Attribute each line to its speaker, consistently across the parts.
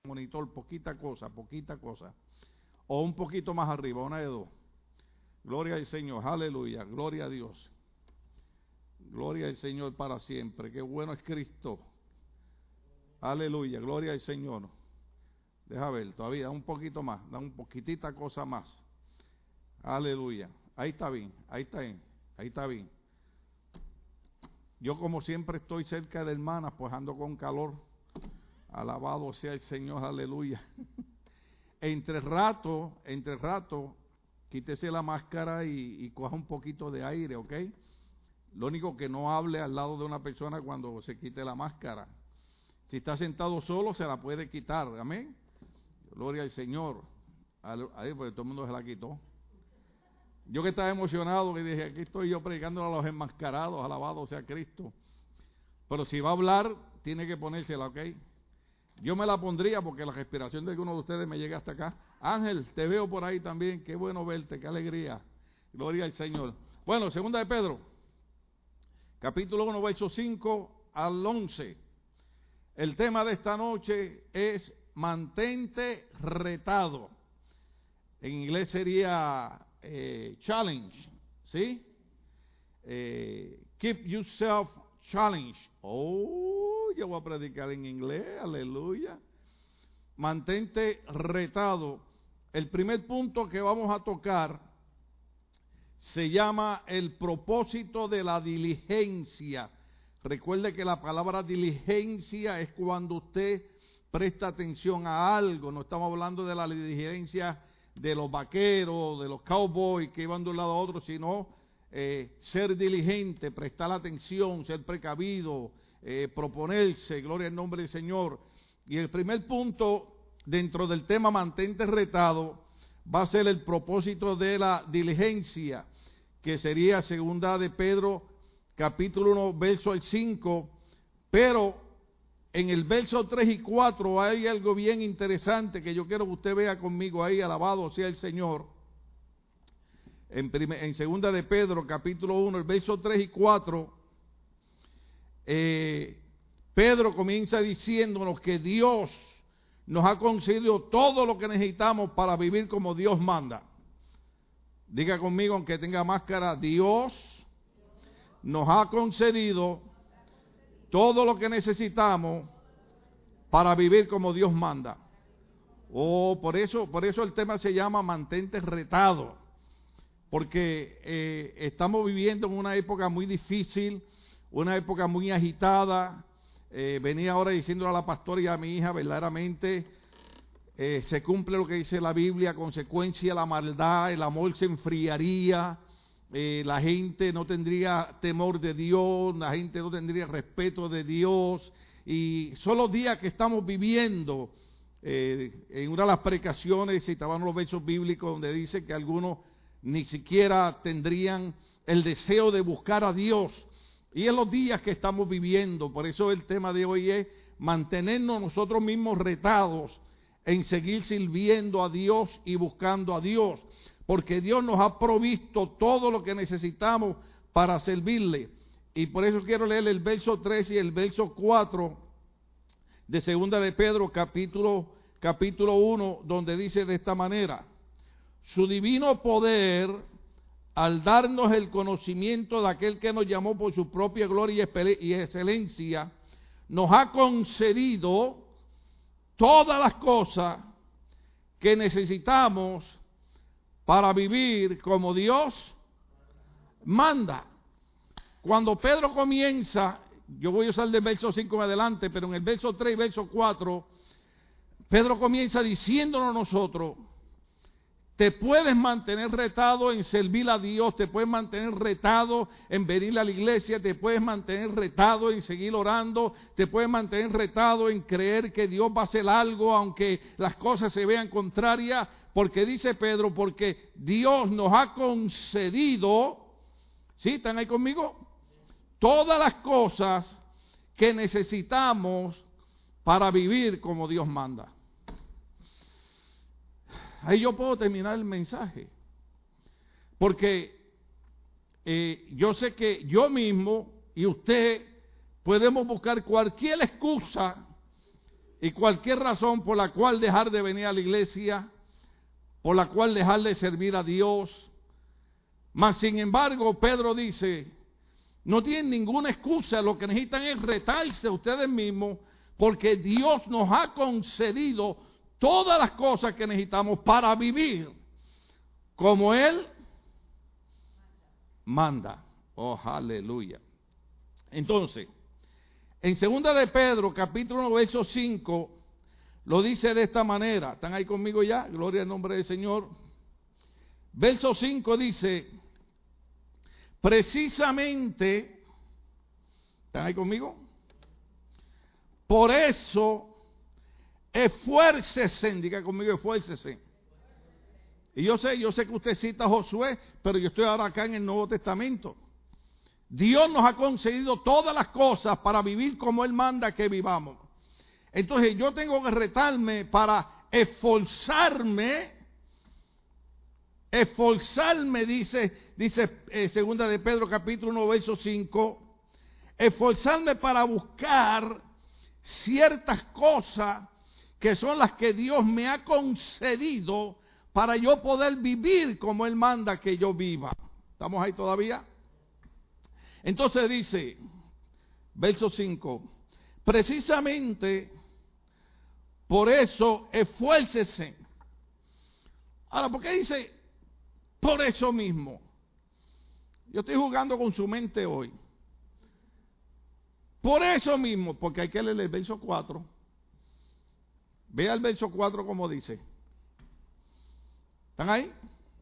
Speaker 1: monitor, poquita cosa, o un poquito más arriba, una de dos. Gloria al Señor, aleluya, gloria a Dios. Gloria al Señor para siempre, qué bueno es Cristo. Aleluya, gloria al Señor. Deja ver, todavía, da un poquito más, da un poquitita cosa más. Aleluya, ahí está bien, ahí está bien. Yo como siempre estoy cerca de hermanas, pues ando con calor. Alabado sea el Señor, aleluya. Entre rato, quítese la máscara y coja un poquito de aire, ¿ok? Lo único que no hable al lado de una persona cuando se quite la máscara. Si está sentado solo, se la puede quitar, amén. Gloria al Señor. Ahí, pues todo el mundo se la quitó. Yo que estaba emocionado, y dije, aquí estoy yo predicando a los enmascarados, alabado sea Cristo. Pero si va a hablar, tiene que ponérsela, ¿ok? Yo me la pondría porque la respiración de alguno de ustedes me llega hasta acá. Ángel, te veo por ahí también, qué bueno verte, qué alegría. Gloria al Señor. Bueno, segunda de Pedro, capítulo 1, versos 5 al 11. El tema de esta noche es mantente retado. En inglés sería challenge, ¿sí? Keep yourself challenged. Oh, yo voy a predicar en inglés, aleluya. Mantente retado. El primer punto que vamos a tocar se llama el propósito de la diligencia. Recuerde que la palabra diligencia es cuando usted presta atención a algo. No estamos hablando de la diligencia de los vaqueros, de los cowboys que iban de un lado a otro, sino ser diligente, prestar atención, ser precavido, proponerse, gloria al nombre del Señor. Y el primer punto dentro del tema mantente retado va a ser el propósito de la diligencia, que sería segunda de Pedro capítulo 1 verso al 5, pero en el verso 3 y 4 hay algo bien interesante que yo quiero que usted vea conmigo ahí, alabado sea el Señor. En segunda de Pedro capítulo 1, el verso 3 y 4, Pedro comienza diciéndonos que Dios nos ha concedido todo lo que necesitamos para vivir como Dios manda. Diga conmigo, aunque tenga máscara, Dios nos ha concedido todo lo que necesitamos para vivir como Dios manda. Oh, por eso el tema se llama mantente retado, porque estamos viviendo en una época muy difícil, una época muy agitada. Venía ahora diciéndole a la pastora y a mi hija, verdaderamente se cumple lo que dice la Biblia, consecuencia la maldad, el amor se enfriaría, la gente no tendría temor de Dios, la gente no tendría respeto de Dios, y son los días que estamos viviendo. En una de las predicaciones citaban los versos bíblicos donde dice que algunos ni siquiera tendrían el deseo de buscar a Dios, y en los días que estamos viviendo. Por eso el tema de hoy es mantenernos nosotros mismos retados en seguir sirviendo a Dios y buscando a Dios, porque Dios nos ha provisto todo lo que necesitamos para servirle. Y por eso quiero leer el verso 3 y el verso 4 de segunda de Pedro capítulo 1, donde dice de esta manera: su divino poder, al darnos el conocimiento de aquel que nos llamó por su propia gloria y excelencia, nos ha concedido todas las cosas que necesitamos para vivir como Dios manda. Cuando Pedro comienza, yo voy a usar del verso 5 en adelante, pero en el verso 3 y verso 4, Pedro comienza diciéndonos nosotros: te puedes mantener retado en servir a Dios, te puedes mantener retado en venir a la iglesia, te puedes mantener retado en seguir orando, te puedes mantener retado en creer que Dios va a hacer algo aunque las cosas se vean contrarias, porque dice Pedro, porque Dios nos ha concedido, ¿sí? ¿Están ahí conmigo? Todas las cosas que necesitamos para vivir como Dios manda. Ahí yo puedo terminar el mensaje, porque yo sé que yo mismo y usted podemos buscar cualquier excusa y cualquier razón por la cual dejar de venir a la iglesia, por la cual dejar de servir a Dios. Mas sin embargo, Pedro dice, no tienen ninguna excusa, lo que necesitan es retarse a ustedes mismos, porque Dios nos ha concedido todas las cosas que necesitamos para vivir como Él manda. Oh, aleluya. Entonces, en 2 de Pedro, capítulo 1, verso 5, lo dice de esta manera. ¿Están ahí conmigo ya? Gloria al nombre del Señor. Verso 5 dice, precisamente, ¿están ahí conmigo? Por eso, esfuércese, diga conmigo, esfuércese. Y yo sé que usted cita a Josué, pero yo estoy ahora acá en el Nuevo Testamento. Dios nos ha concedido todas las cosas para vivir como Él manda que vivamos. Entonces yo tengo que retarme para esforzarme, dice segunda de Pedro capítulo 1 verso 5, esforzarme para buscar ciertas cosas que son las que Dios me ha concedido para yo poder vivir como Él manda que yo viva. ¿Estamos ahí todavía? Entonces dice, verso 5, precisamente por eso esfuércese. Ahora, ¿por qué dice por eso mismo? Yo estoy jugando con su mente hoy. Por eso mismo, porque hay que leer el verso 4. Vea el verso 4 como dice. ¿Están ahí?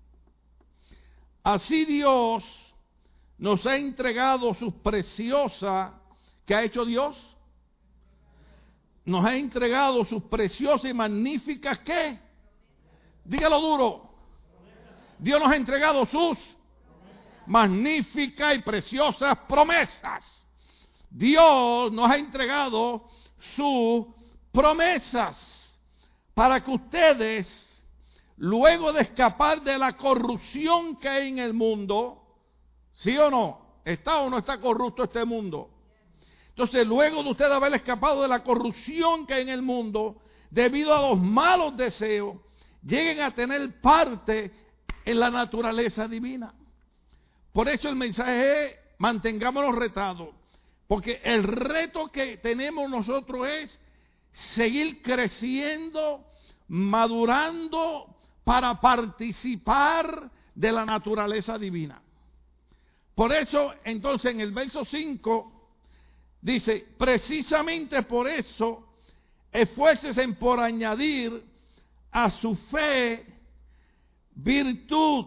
Speaker 1: Así Dios nos ha entregado sus preciosas, ¿qué ha hecho Dios? Nos ha entregado sus preciosas y magníficas, ¿qué? Dígalo duro. Dios nos ha entregado sus magníficas y preciosas promesas. Dios nos ha entregado sus promesas para que ustedes, luego de escapar de la corrupción que hay en el mundo, ¿sí o no? ¿Está o no está corrupto este mundo? Entonces, luego de usted haber escapado de la corrupción que hay en el mundo, debido a los malos deseos, lleguen a tener parte en la naturaleza divina. Por eso el mensaje es, mantengámonos retados, porque el reto que tenemos nosotros es seguir creciendo, madurando para participar de la naturaleza divina. Por eso, entonces, en el verso 5, dice, precisamente por eso, esfuércese por añadir a su fe virtud.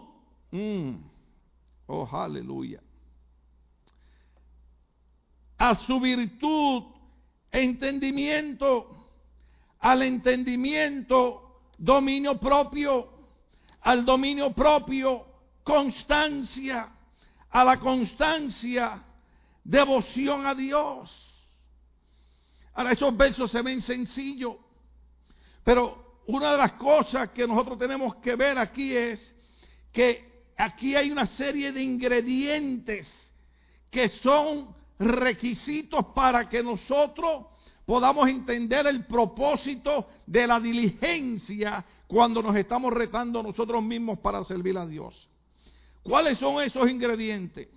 Speaker 1: Oh, aleluya. A su virtud, entendimiento. Al entendimiento, dominio propio. Al dominio propio, constancia. A la constancia, devoción a Dios. Ahora, esos versos se ven sencillos, pero una de las cosas que nosotros tenemos que ver aquí es que aquí hay una serie de ingredientes que son requisitos para que nosotros podamos entender el propósito de la diligencia cuando nos estamos retando nosotros mismos para servir a Dios. ¿Cuáles son esos ingredientes?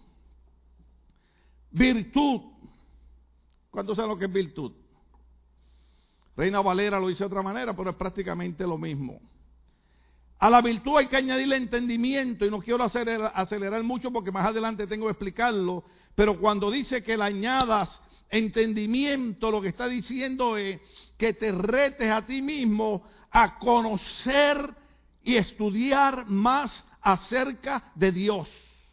Speaker 1: Virtud. ¿Cuántos saben lo que es virtud? Reina Valera lo dice de otra manera, pero es prácticamente lo mismo. A la virtud hay que añadirle entendimiento, y no quiero acelerar mucho porque más adelante tengo que explicarlo, pero cuando dice que le añadas entendimiento, lo que está diciendo es que te retes a ti mismo a conocer y estudiar más acerca de Dios.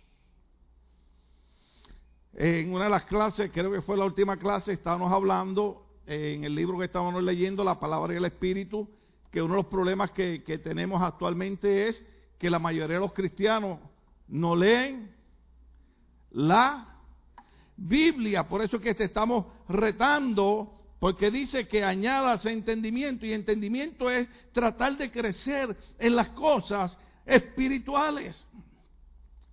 Speaker 1: En una de las clases, creo que fue la última clase, estábamos hablando en el libro que estábamos leyendo, La Palabra y el Espíritu, que uno de los problemas que tenemos actualmente es que la mayoría de los cristianos no leen la Biblia. Por eso es que te estamos retando, porque dice que añadas entendimiento, y entendimiento es tratar de crecer en las cosas espirituales.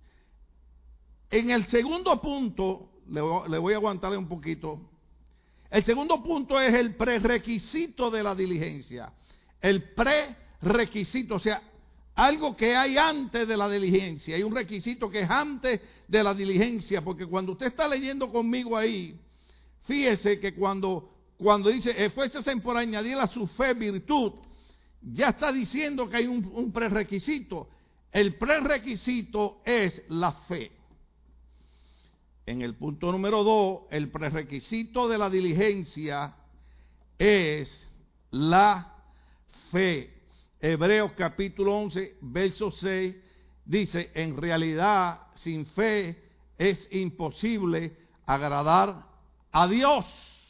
Speaker 1: En el segundo punto, le voy a aguantarle un poquito. El segundo punto es el prerequisito de la diligencia. El prerequisito, o sea, algo que hay antes de la diligencia. Hay un requisito que es antes de la diligencia, porque cuando usted está leyendo conmigo ahí, fíjese que cuando dice esfuércese por añadir a su fe virtud, ya está diciendo que hay un prerequisito. El prerequisito es la fe. En el punto número 2, el prerequisito de la diligencia es la fe. Hebreos capítulo 11, verso 6, dice, en realidad sin fe es imposible agradar a Dios,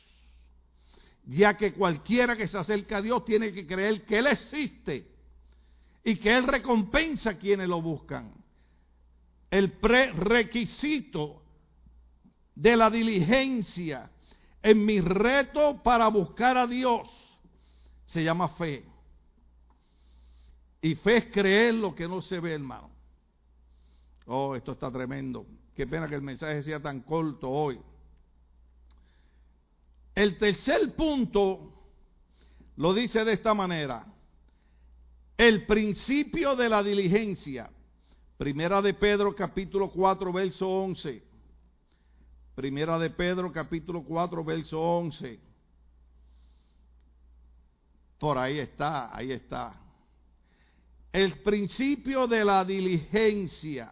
Speaker 1: ya que cualquiera que se acerca a Dios tiene que creer que Él existe y que Él recompensa a quienes lo buscan. El prerequisito de la diligencia en mi reto para buscar a Dios se llama fe. Y fe es creer lo que no se ve, hermano. Oh, esto está tremendo. Qué pena que el mensaje sea tan corto hoy. El tercer punto lo dice de esta manera. El principio de la diligencia. Primera de Pedro capítulo 4 verso 11. Primera de Pedro capítulo 4 verso 11. Por ahí está, ahí está. El principio de la diligencia.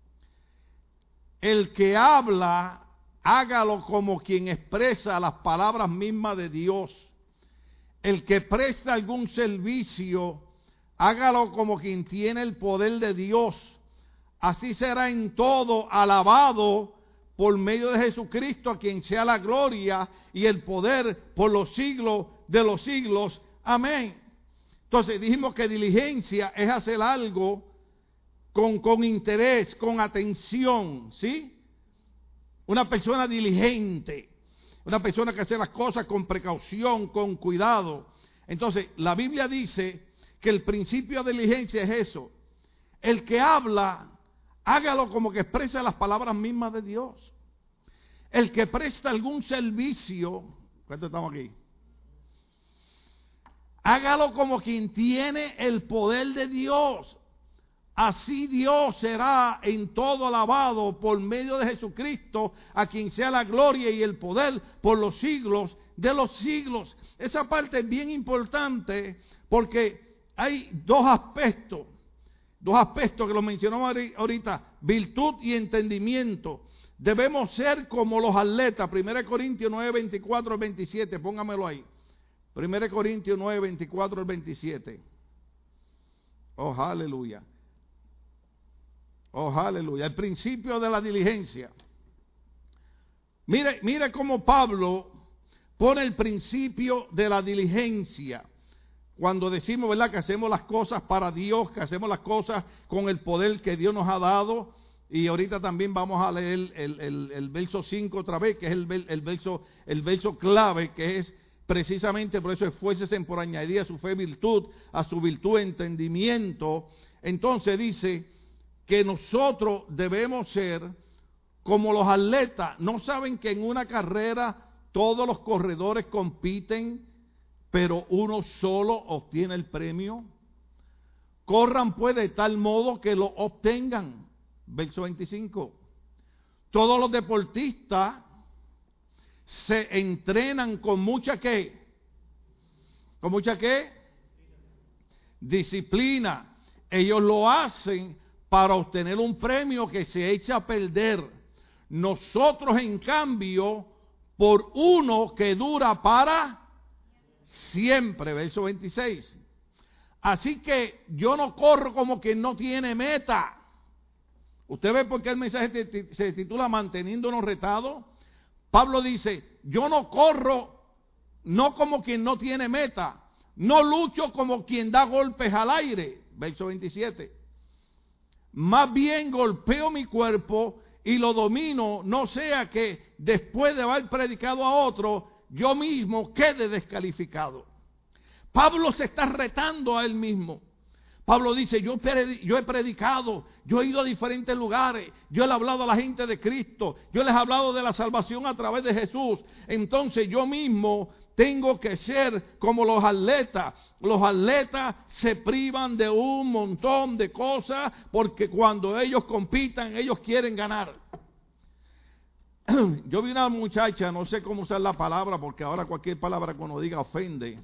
Speaker 1: El que habla, hágalo como quien expresa las palabras mismas de Dios. El que presta algún servicio, hágalo como quien tiene el poder de Dios. Así será en todo alabado por medio de Jesucristo, a quien sea la gloria y el poder por los siglos de los siglos. Amén. Entonces dijimos que diligencia es hacer algo con interés, con atención, ¿sí? Una persona diligente, una persona que hace las cosas con precaución, con cuidado. Entonces, la Biblia dice que el principio de diligencia es eso. El que habla, hágalo como que expresa las palabras mismas de Dios. El que presta algún servicio, ¿cuántos estamos aquí? Hágalo como quien tiene el poder de Dios. Así Dios será en todo alabado por medio de Jesucristo, a quien sea la gloria y el poder por los siglos de los siglos. Esa parte es bien importante porque hay dos aspectos que lo mencionamos ahorita, virtud y entendimiento. Debemos ser como los atletas. 1 Corintios 9, 24 al 27, póngamelo ahí. 1 Corintios 9, 24 al 27. Oh, aleluya. Oh, aleluya. El principio de la diligencia. Mire cómo Pablo pone el principio de la diligencia. Cuando decimos, ¿verdad?, que hacemos las cosas para Dios, que hacemos las cosas con el poder que Dios nos ha dado. Y ahorita también vamos a leer el verso 5 otra vez, que es el verso clave, que es precisamente por eso esfuércese por añadir a su fe virtud, a su virtud entendimiento. Entonces dice que nosotros debemos ser como los atletas. ¿No saben que en una carrera todos los corredores compiten, pero uno solo obtiene el premio? Corran pues de tal modo que lo obtengan. Verso 25. Todos los deportistas se entrenan con mucha ¿qué? ¿Con mucha qué? Disciplina. Ellos lo hacen para obtener un premio que se echa a perder. Nosotros, en cambio, por uno que dura para siempre. Verso 26. Así que yo no corro como quien no tiene meta. ¿Usted ve por qué el mensaje se titula Manteniéndonos retados? Pablo dice, yo no corro no como quien no tiene meta, no lucho como quien da golpes al aire. Verso 27. Más bien golpeo mi cuerpo y lo domino, no sea que después de haber predicado a otro, yo mismo quede descalificado. Pablo se está retando a él mismo. Pablo dice, yo he predicado, yo he ido a diferentes lugares, yo le he hablado a la gente de Cristo, yo les he hablado de la salvación a través de Jesús. Entonces yo mismo tengo que ser como los atletas. Los atletas se privan de un montón de cosas porque cuando ellos compitan, ellos quieren ganar. Yo vi una muchacha, no sé cómo usar la palabra porque ahora cualquier palabra que uno diga ofende.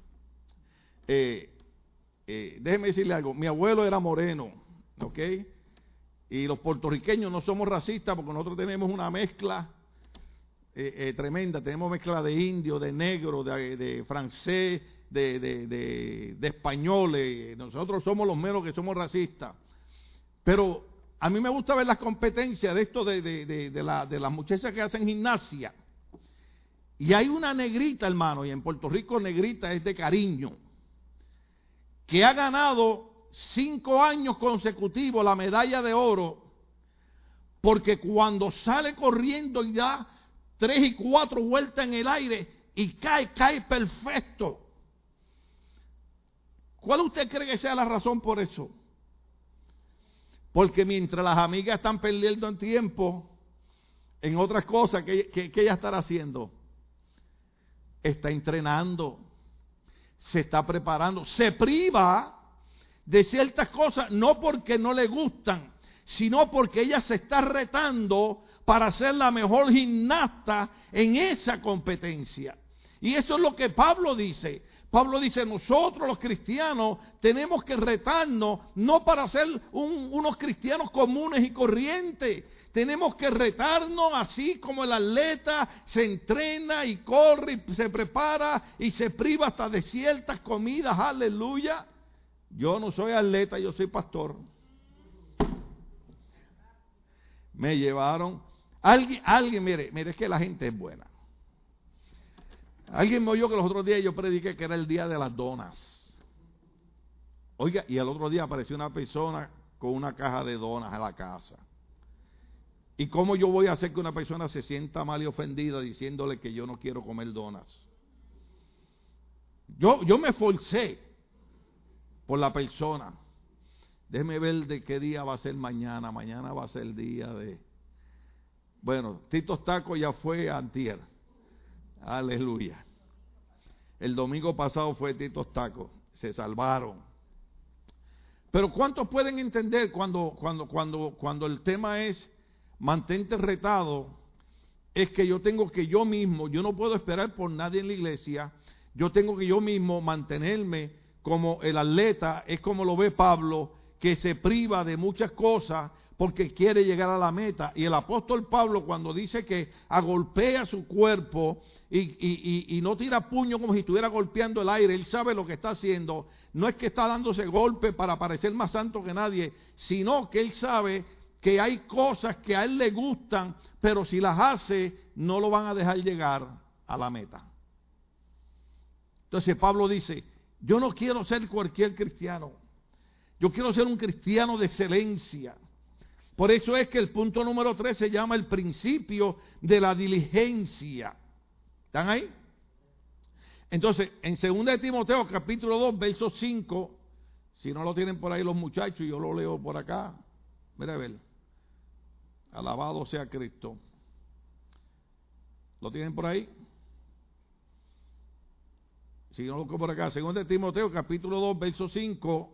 Speaker 1: Déjeme decirle algo, mi abuelo era moreno, ¿ok? Y los puertorriqueños no somos racistas porque nosotros tenemos una mezcla tremenda, tenemos mezcla de indio, de negro, de francés, de españoles, nosotros somos los menos que somos racistas. Pero a mí me gusta ver las competencias de esto de las muchachas que hacen gimnasia. Y hay una negrita, hermano, y en Puerto Rico negrita es de cariño, que ha ganado 5 años consecutivos la medalla de oro, porque cuando sale corriendo y da 3 y 4 vueltas en el aire y cae perfecto. ¿Cuál usted cree que sea la razón por eso? Porque mientras las amigas están perdiendo en tiempo en otras cosas, que ella estará haciendo? Está entrenando, se está preparando, se priva de ciertas cosas, no porque no le gustan, sino porque ella se está retando para ser la mejor gimnasta en esa competencia. Y eso es lo que Pablo dice. Pablo dice, nosotros los cristianos tenemos que retarnos, no para ser unos cristianos comunes y corrientes. Tenemos que retarnos así como el atleta se entrena y corre y se prepara y se priva hasta de ciertas comidas. Aleluya. Yo no soy atleta, yo soy pastor. Me llevaron. Alguien, mire, es que la gente es buena. Alguien me oyó que los otros días yo prediqué que era el día de las donas. Oiga, y el otro día apareció una persona con una caja de donas a la casa. ¿Y cómo yo voy a hacer que una persona se sienta mal y ofendida diciéndole que yo no quiero comer donas? Yo me esforcé por la persona. Déjeme ver de qué día va a ser mañana. Mañana va a ser el día de... Bueno, Tito's Tacos ya fue antier. Aleluya. El domingo pasado fue Tito's Tacos. Se salvaron. Pero ¿cuántos pueden entender cuando el tema es mantente retado? Es que yo tengo que yo mismo, yo no puedo esperar por nadie en la iglesia. Yo tengo que yo mismo mantenerme como el atleta, es como lo ve Pablo, que se priva de muchas cosas porque quiere llegar a la meta. Y el apóstol Pablo, cuando dice que agolpea su cuerpo y no tira puño como si estuviera golpeando el aire, él sabe lo que está haciendo. No es que está dándose golpe para parecer más santo que nadie, sino que él sabe que hay cosas que a él le gustan, pero si las hace, no lo van a dejar llegar a la meta. Entonces Pablo dice, yo no quiero ser cualquier cristiano. Yo quiero ser un cristiano de excelencia. Por eso es que el punto número 3 se llama el principio de la diligencia. ¿Están ahí? Entonces, en 2 de Timoteo, capítulo 2, verso 5, si no lo tienen por ahí los muchachos, yo lo leo por acá. Mira a ver. Alabado sea Cristo. ¿Lo tienen por ahí? Si no lo busco por acá, 2 de Timoteo, capítulo 2, verso 5.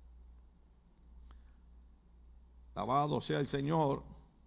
Speaker 1: Alabado sea el Señor.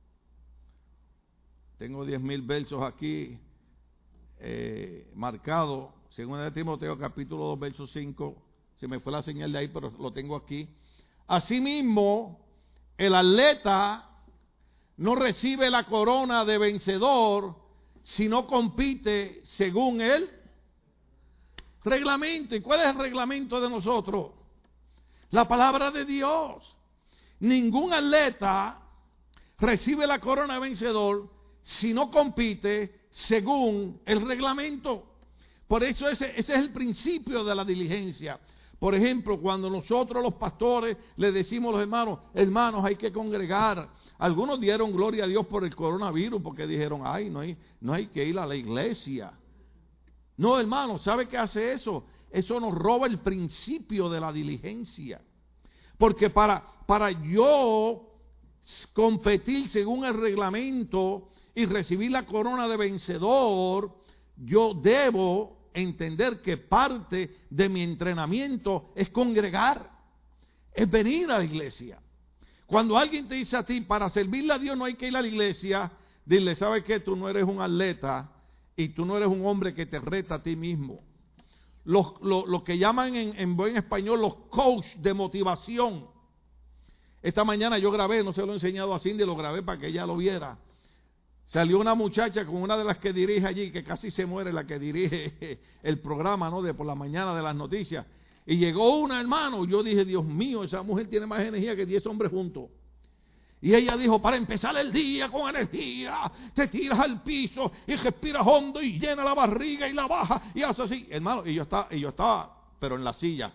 Speaker 1: Tengo 10,000 versos aquí marcados. 2 de Timoteo, capítulo 2, verso 5. Se me fue la señal de ahí, pero lo tengo aquí. Asimismo, el atleta no recibe la corona de vencedor si no compite según el reglamento. ¿Y cuál es el reglamento de nosotros? La palabra de Dios. Ningún atleta recibe la corona de vencedor si no compite según el reglamento. Por eso ese es el principio de la diligencia. Por ejemplo, cuando nosotros los pastores le decimos a los hermanos, hay que congregar. Algunos dieron gloria a Dios por el coronavirus porque dijeron, no hay que ir a la iglesia. No, hermano, ¿sabe qué hace eso? Eso nos roba el principio de la diligencia. Porque para yo competir según el reglamento y recibir la corona de vencedor, yo debo entender que parte de mi entrenamiento es congregar, es venir a la iglesia. Cuando alguien te dice a ti, para servirle a Dios no hay que ir a la iglesia, dile, ¿sabes qué? Tú no eres un atleta y tú no eres un hombre que te reta a ti mismo. Lo que llaman en buen español los coach de motivación. Esta mañana yo grabé, no se lo he enseñado a Cindy, lo grabé para que ella lo viera. Salió una muchacha con una de las que dirige allí, que casi se muere, la que dirige el programa, ¿no? De por la mañana de las noticias. Y llegó una, hermano, yo dije, Dios mío, esa mujer tiene más energía que 10 hombres juntos. Y ella dijo, para empezar el día con energía, te tiras al piso y respiras hondo y llena la barriga y la baja y hace así. Hermano, y yo estaba, pero en la silla.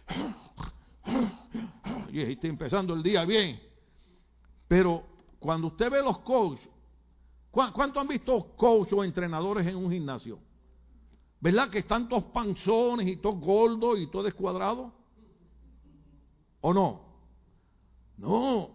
Speaker 1: Y estoy empezando el día bien. Pero cuando usted ve los coaches, ¿cuántos han visto coaches o entrenadores en un gimnasio? ¿Verdad que están todos panzones y todos gordos y todos descuadrados? ¿O no? No.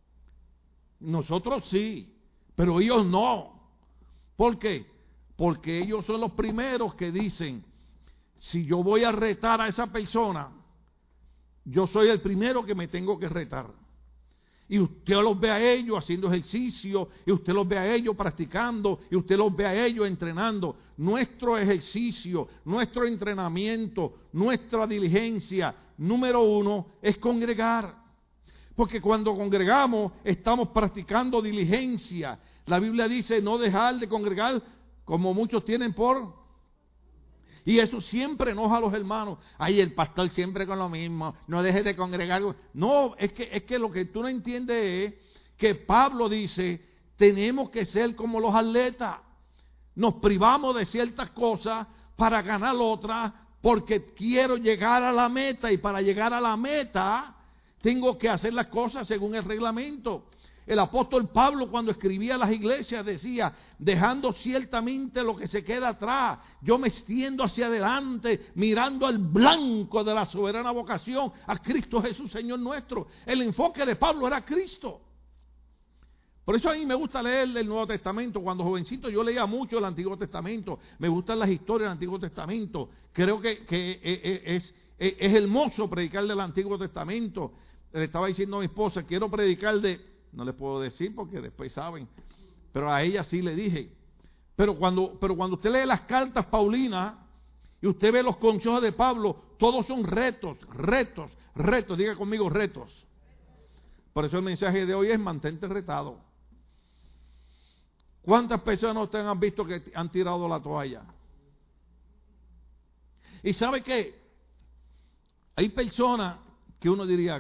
Speaker 1: Nosotros sí, pero ellos no. ¿Por qué? Porque ellos son los primeros que dicen, si yo voy a retar a esa persona, yo soy el primero que me tengo que retar. Y usted los ve a ellos haciendo ejercicio, y usted los ve a ellos practicando, y usted los ve a ellos entrenando. Nuestro ejercicio, nuestro entrenamiento, nuestra diligencia, número uno, es congregar. Porque cuando congregamos, estamos practicando diligencia. La Biblia dice, no dejar de congregar, como muchos tienen por... Y eso siempre enoja a los hermanos. Ay, el pastor siempre con lo mismo. No dejes de congregar. No, es que lo que tú no entiendes es que Pablo dice, tenemos que ser como los atletas. Nos privamos de ciertas cosas para ganar otras, porque quiero llegar a la meta. Y para llegar a la meta, tengo que hacer las cosas según el reglamento. El apóstol Pablo, cuando escribía a las iglesias, decía, dejando ciertamente lo que se queda atrás, yo me extiendo hacia adelante, mirando al blanco de la soberana vocación, a Cristo Jesús, Señor nuestro. El enfoque de Pablo era Cristo. Por eso a mí me gusta leer el Nuevo Testamento. Cuando jovencito yo leía mucho el Antiguo Testamento. Me gustan las historias del Antiguo Testamento. Creo que es hermoso predicar del Antiguo Testamento. Le estaba diciendo a mi esposa, quiero predicar de... No les puedo decir porque después saben. Pero a ella sí le dije. Pero cuando usted lee las cartas paulinas y usted ve los consejos de Pablo, todos son retos. Diga conmigo, retos. Por eso el mensaje de hoy es mantente retado. ¿Cuántas personas ustedes han visto que han tirado la toalla? ¿Y sabe qué? Hay personas que uno diría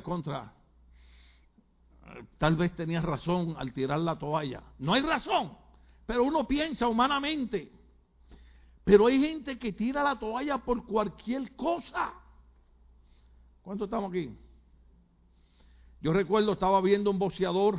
Speaker 1: tal vez tenías razón al tirar la toalla. No hay razón, pero uno piensa humanamente. Pero hay gente que tira la toalla por cualquier cosa. ¿Cuántos estamos aquí? Yo recuerdo, estaba viendo un boxeador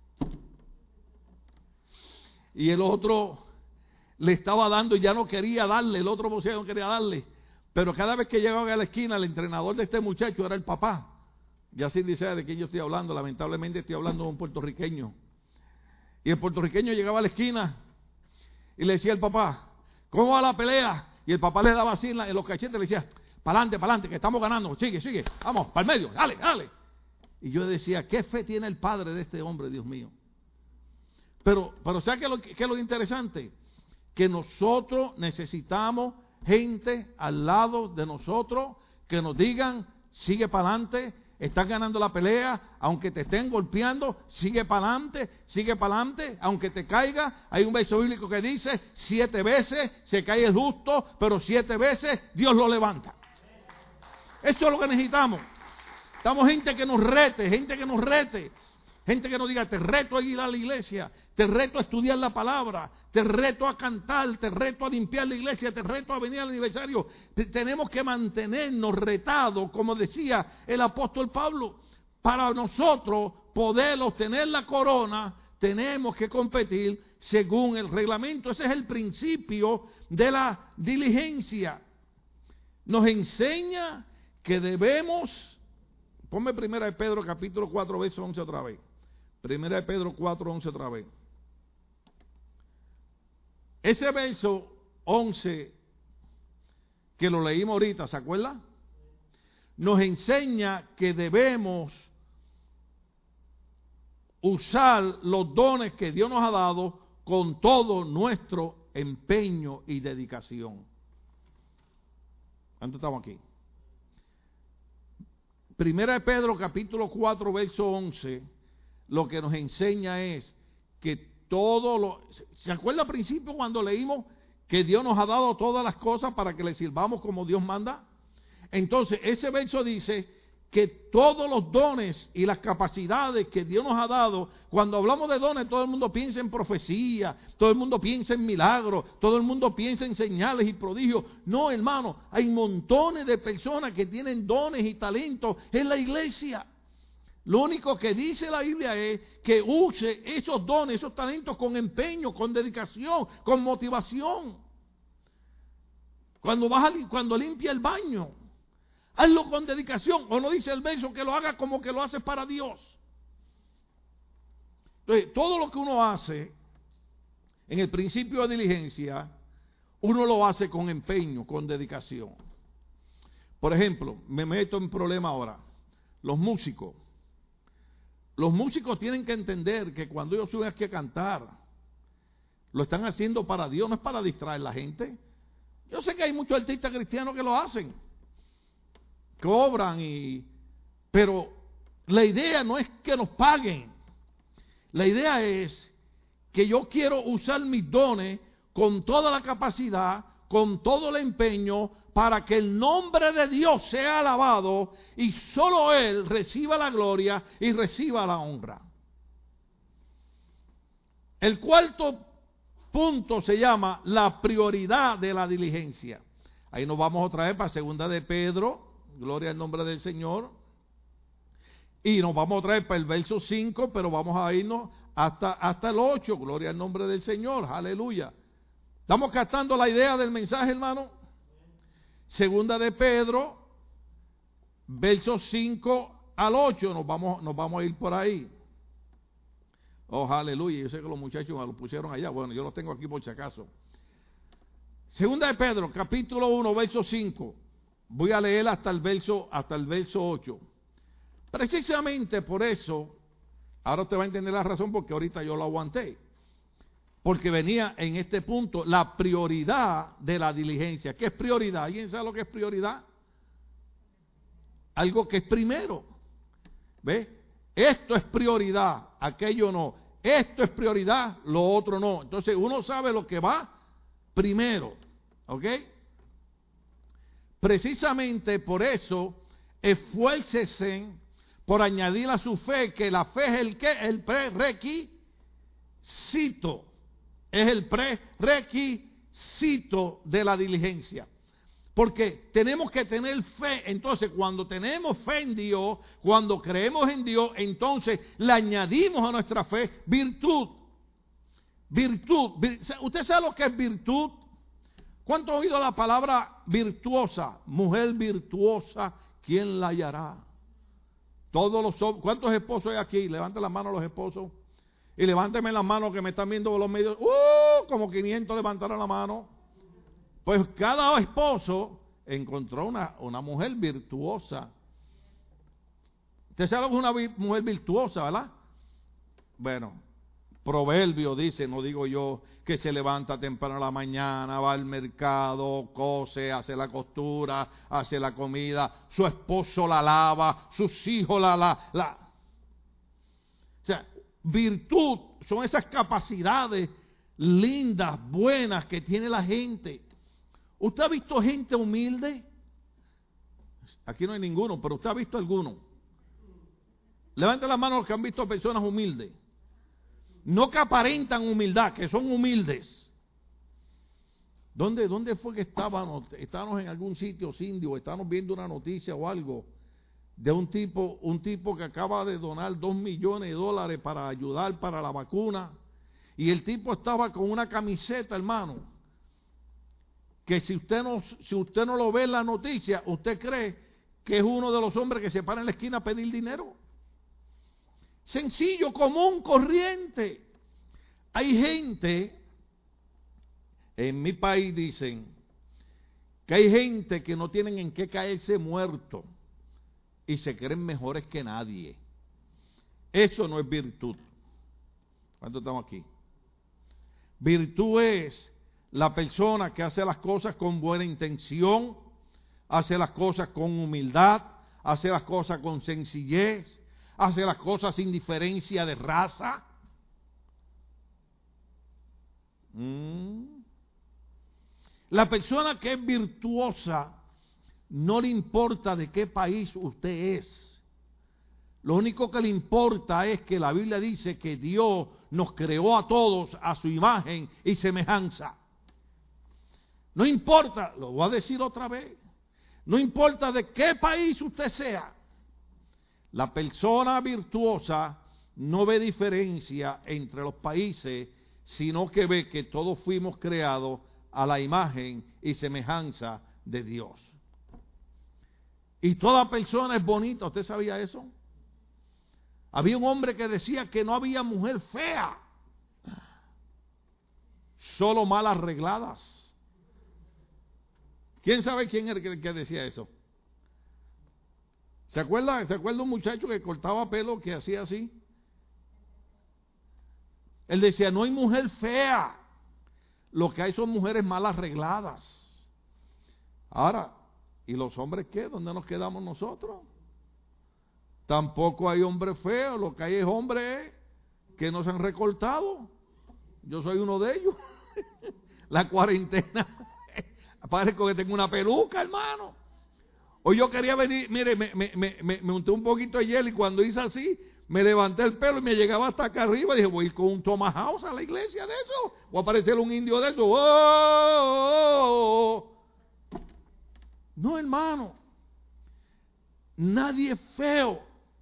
Speaker 1: y el otro le estaba dando y ya no quería darle, el otro boxeador no quería darle. Pero cada vez que llegaba a la esquina, el entrenador de este muchacho era el papá. Ya sin decir de quién yo estoy hablando, lamentablemente estoy hablando de un puertorriqueño. Y el puertorriqueño llegaba a la esquina y le decía al papá, ¿cómo va la pelea? Y el papá le daba así en los cachetes, le decía, para adelante, que estamos ganando, sigue, vamos, para el medio, dale. Y yo decía, ¿qué fe tiene el padre de este hombre, Dios mío? Pero ¿sabes qué es lo interesante? Que nosotros necesitamos gente al lado de nosotros que nos digan, sigue para adelante. Estás ganando la pelea, aunque te estén golpeando, sigue para adelante, aunque te caiga. Hay un verso bíblico que dice, 7 veces se cae el justo, pero 7 veces Dios lo levanta. Eso es lo que necesitamos. Estamos gente que nos rete, gente que nos diga, te reto a ir a la iglesia, te reto a estudiar la palabra, te reto a cantar, te reto a limpiar la iglesia, te reto a venir al aniversario. Tenemos que mantenernos retados, como decía el apóstol Pablo. Para nosotros poder obtener la corona, tenemos que competir según el reglamento. Ese es el principio de la diligencia. Nos enseña que debemos Ponme Primera de Pedro capítulo 4, verso 11 otra vez. Primera de Pedro 4, 11 otra vez. Ese verso 11 que lo leímos ahorita, ¿se acuerda? Nos enseña que debemos usar los dones que Dios nos ha dado con todo nuestro empeño y dedicación. ¿Cuánto estamos aquí? Primera de Pedro capítulo 4 verso 11 lo que nos enseña es que todo lo... ¿Se acuerda al principio cuando leímos que Dios nos ha dado todas las cosas para que le sirvamos como Dios manda? Entonces ese verso dice que todos los dones y las capacidades que Dios nos ha dado, cuando hablamos de dones, todo el mundo piensa en profecía, todo el mundo piensa en milagros, todo el mundo piensa en señales y prodigios. No, hermano, hay montones de personas que tienen dones y talentos en la iglesia. Lo único que dice la Biblia es que use esos dones, esos talentos con empeño, con dedicación, con motivación. Cuando limpia el baño, hazlo con dedicación. O no dice el verso que lo haga como que lo hace para Dios. Entonces, todo lo que uno hace en el principio de diligencia, uno lo hace con empeño, con dedicación. Por ejemplo, me meto en problema ahora. Los músicos tienen que entender que cuando ellos suben aquí a cantar, lo están haciendo para Dios, no es para distraer a la gente. Yo sé que hay muchos artistas cristianos que lo hacen, cobran, pero la idea no es que nos paguen. La idea es que yo quiero usar mis dones con toda la capacidad, con todo el empeño, para que el nombre de Dios sea alabado y solo Él reciba la gloria y reciba la honra. El cuarto punto se llama la prioridad de la diligencia. Ahí nos vamos otra vez para segunda de Pedro, gloria al nombre del Señor. Y nos vamos otra vez para el verso 5, pero vamos a irnos hasta el 8, gloria al nombre del Señor, aleluya. ¿Estamos captando la idea del mensaje, hermano? Segunda de Pedro, versos 5 al 8, nos vamos a ir por ahí. Oh, aleluya, yo sé que los muchachos me lo pusieron allá, bueno, yo lo tengo aquí por si acaso. Segunda de Pedro, capítulo 1, verso 5, voy a leer hasta el verso 8. Precisamente por eso, ahora usted va a entender la razón porque ahorita yo lo aguanté. Porque venía en este punto la prioridad de la diligencia. ¿Qué es prioridad? ¿Alguien sabe lo que es prioridad? Algo que es primero. ¿Ve? Esto es prioridad, aquello no. Esto es prioridad, lo otro no. Entonces uno sabe lo que va primero. ¿Ok? Precisamente por eso, esfuércese por añadir a su fe, que la fe es el prerequisito. Es el prerequisito de la diligencia. Porque tenemos que tener fe. Entonces, cuando tenemos fe en Dios, cuando creemos en Dios, entonces le añadimos a nuestra fe virtud. ¿Usted sabe lo que es virtud? ¿Cuánto ha oído la palabra virtuosa? Mujer virtuosa, ¿quién la hallará? ¿Cuántos esposos hay aquí? Levanten las manos los esposos. Y levánteme las manos que me están viendo por los medios. Como 500 levantaron la mano. Pues cada esposo encontró una mujer virtuosa. ¿Usted sabe lo que es una mujer virtuosa, verdad? Bueno, Proverbio dice, no digo yo, que se levanta temprano a la mañana, va al mercado, cose, hace la costura, hace la comida, su esposo la lava, sus hijos la. O sea, virtud son esas capacidades lindas, buenas que tiene la gente. ¿Usted ha visto gente humilde? Aquí no hay ninguno, pero usted ha visto alguno. Levante la mano los que han visto personas humildes. No que aparentan humildad, que son humildes. ¿Dónde fue que estábamos? Estábamos en algún sitio indio, estábamos viendo una noticia o algo de un tipo que acaba de donar $2 millones para ayudar para la vacuna. Y el tipo estaba con una camiseta, hermano, que si usted no lo ve en la noticia, usted cree que es uno de los hombres que se para en la esquina a pedir dinero. Sencillo, común, corriente. Hay gente, en mi país dicen, que hay gente que no tienen en qué caerse muerto y se creen mejores que nadie. Eso no es virtud. ¿Cuántos estamos aquí? Virtud es la persona que hace las cosas con buena intención, hace las cosas con humildad, hace las cosas con sencillez, hace las cosas sin diferencia de raza. La persona que es virtuosa no le importa de qué país usted es. Lo único que le importa es que la Biblia dice que Dios nos creó a todos a su imagen y semejanza. No importa, lo voy a decir otra vez, no importa de qué país usted sea. La persona virtuosa no ve diferencia entre los países, sino que ve que todos fuimos creados a la imagen y semejanza de Dios. Y toda persona es bonita. ¿Usted sabía eso? Había un hombre que decía que no había mujer fea, solo mal arregladas. ¿Quién sabe quién era el que decía eso? ¿Se acuerda un muchacho que cortaba pelo que hacía así? Él decía, no hay mujer fea, lo que hay son mujeres mal arregladas. Ahora, ¿y los hombres qué? ¿Dónde nos quedamos nosotros? Tampoco hay hombres feos, lo que hay es hombres que no se han recortado. Yo soy uno de ellos. La cuarentena, parezco que tengo una peluca, hermano. Hoy yo quería venir, mire, me unté un poquito de hielo y cuando hice así, me levanté el pelo y me llegaba hasta acá arriba. Dije, voy a ir con un Tomahawk a la iglesia de eso. O a parecer un indio de eso. ¡Oh, oh, oh! No, hermano. Nadie es feo.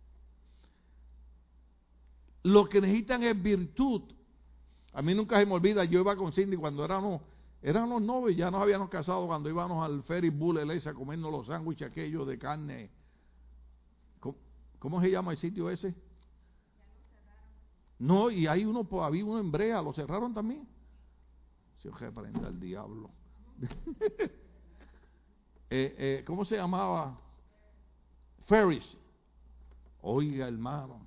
Speaker 1: Lo que necesitan es virtud. A mí nunca se me olvida, yo iba con Cindy cuando éramos novios, ya nos habíamos casado, cuando íbamos al Ferry Bull a comernos los sándwiches aquellos de carne. ¿Cómo se llama el sitio ese? No, y hay había uno en Brea, ¿lo cerraron también? Se reprenda el diablo. ¿Cómo se llamaba? Ferris. Oiga, hermano.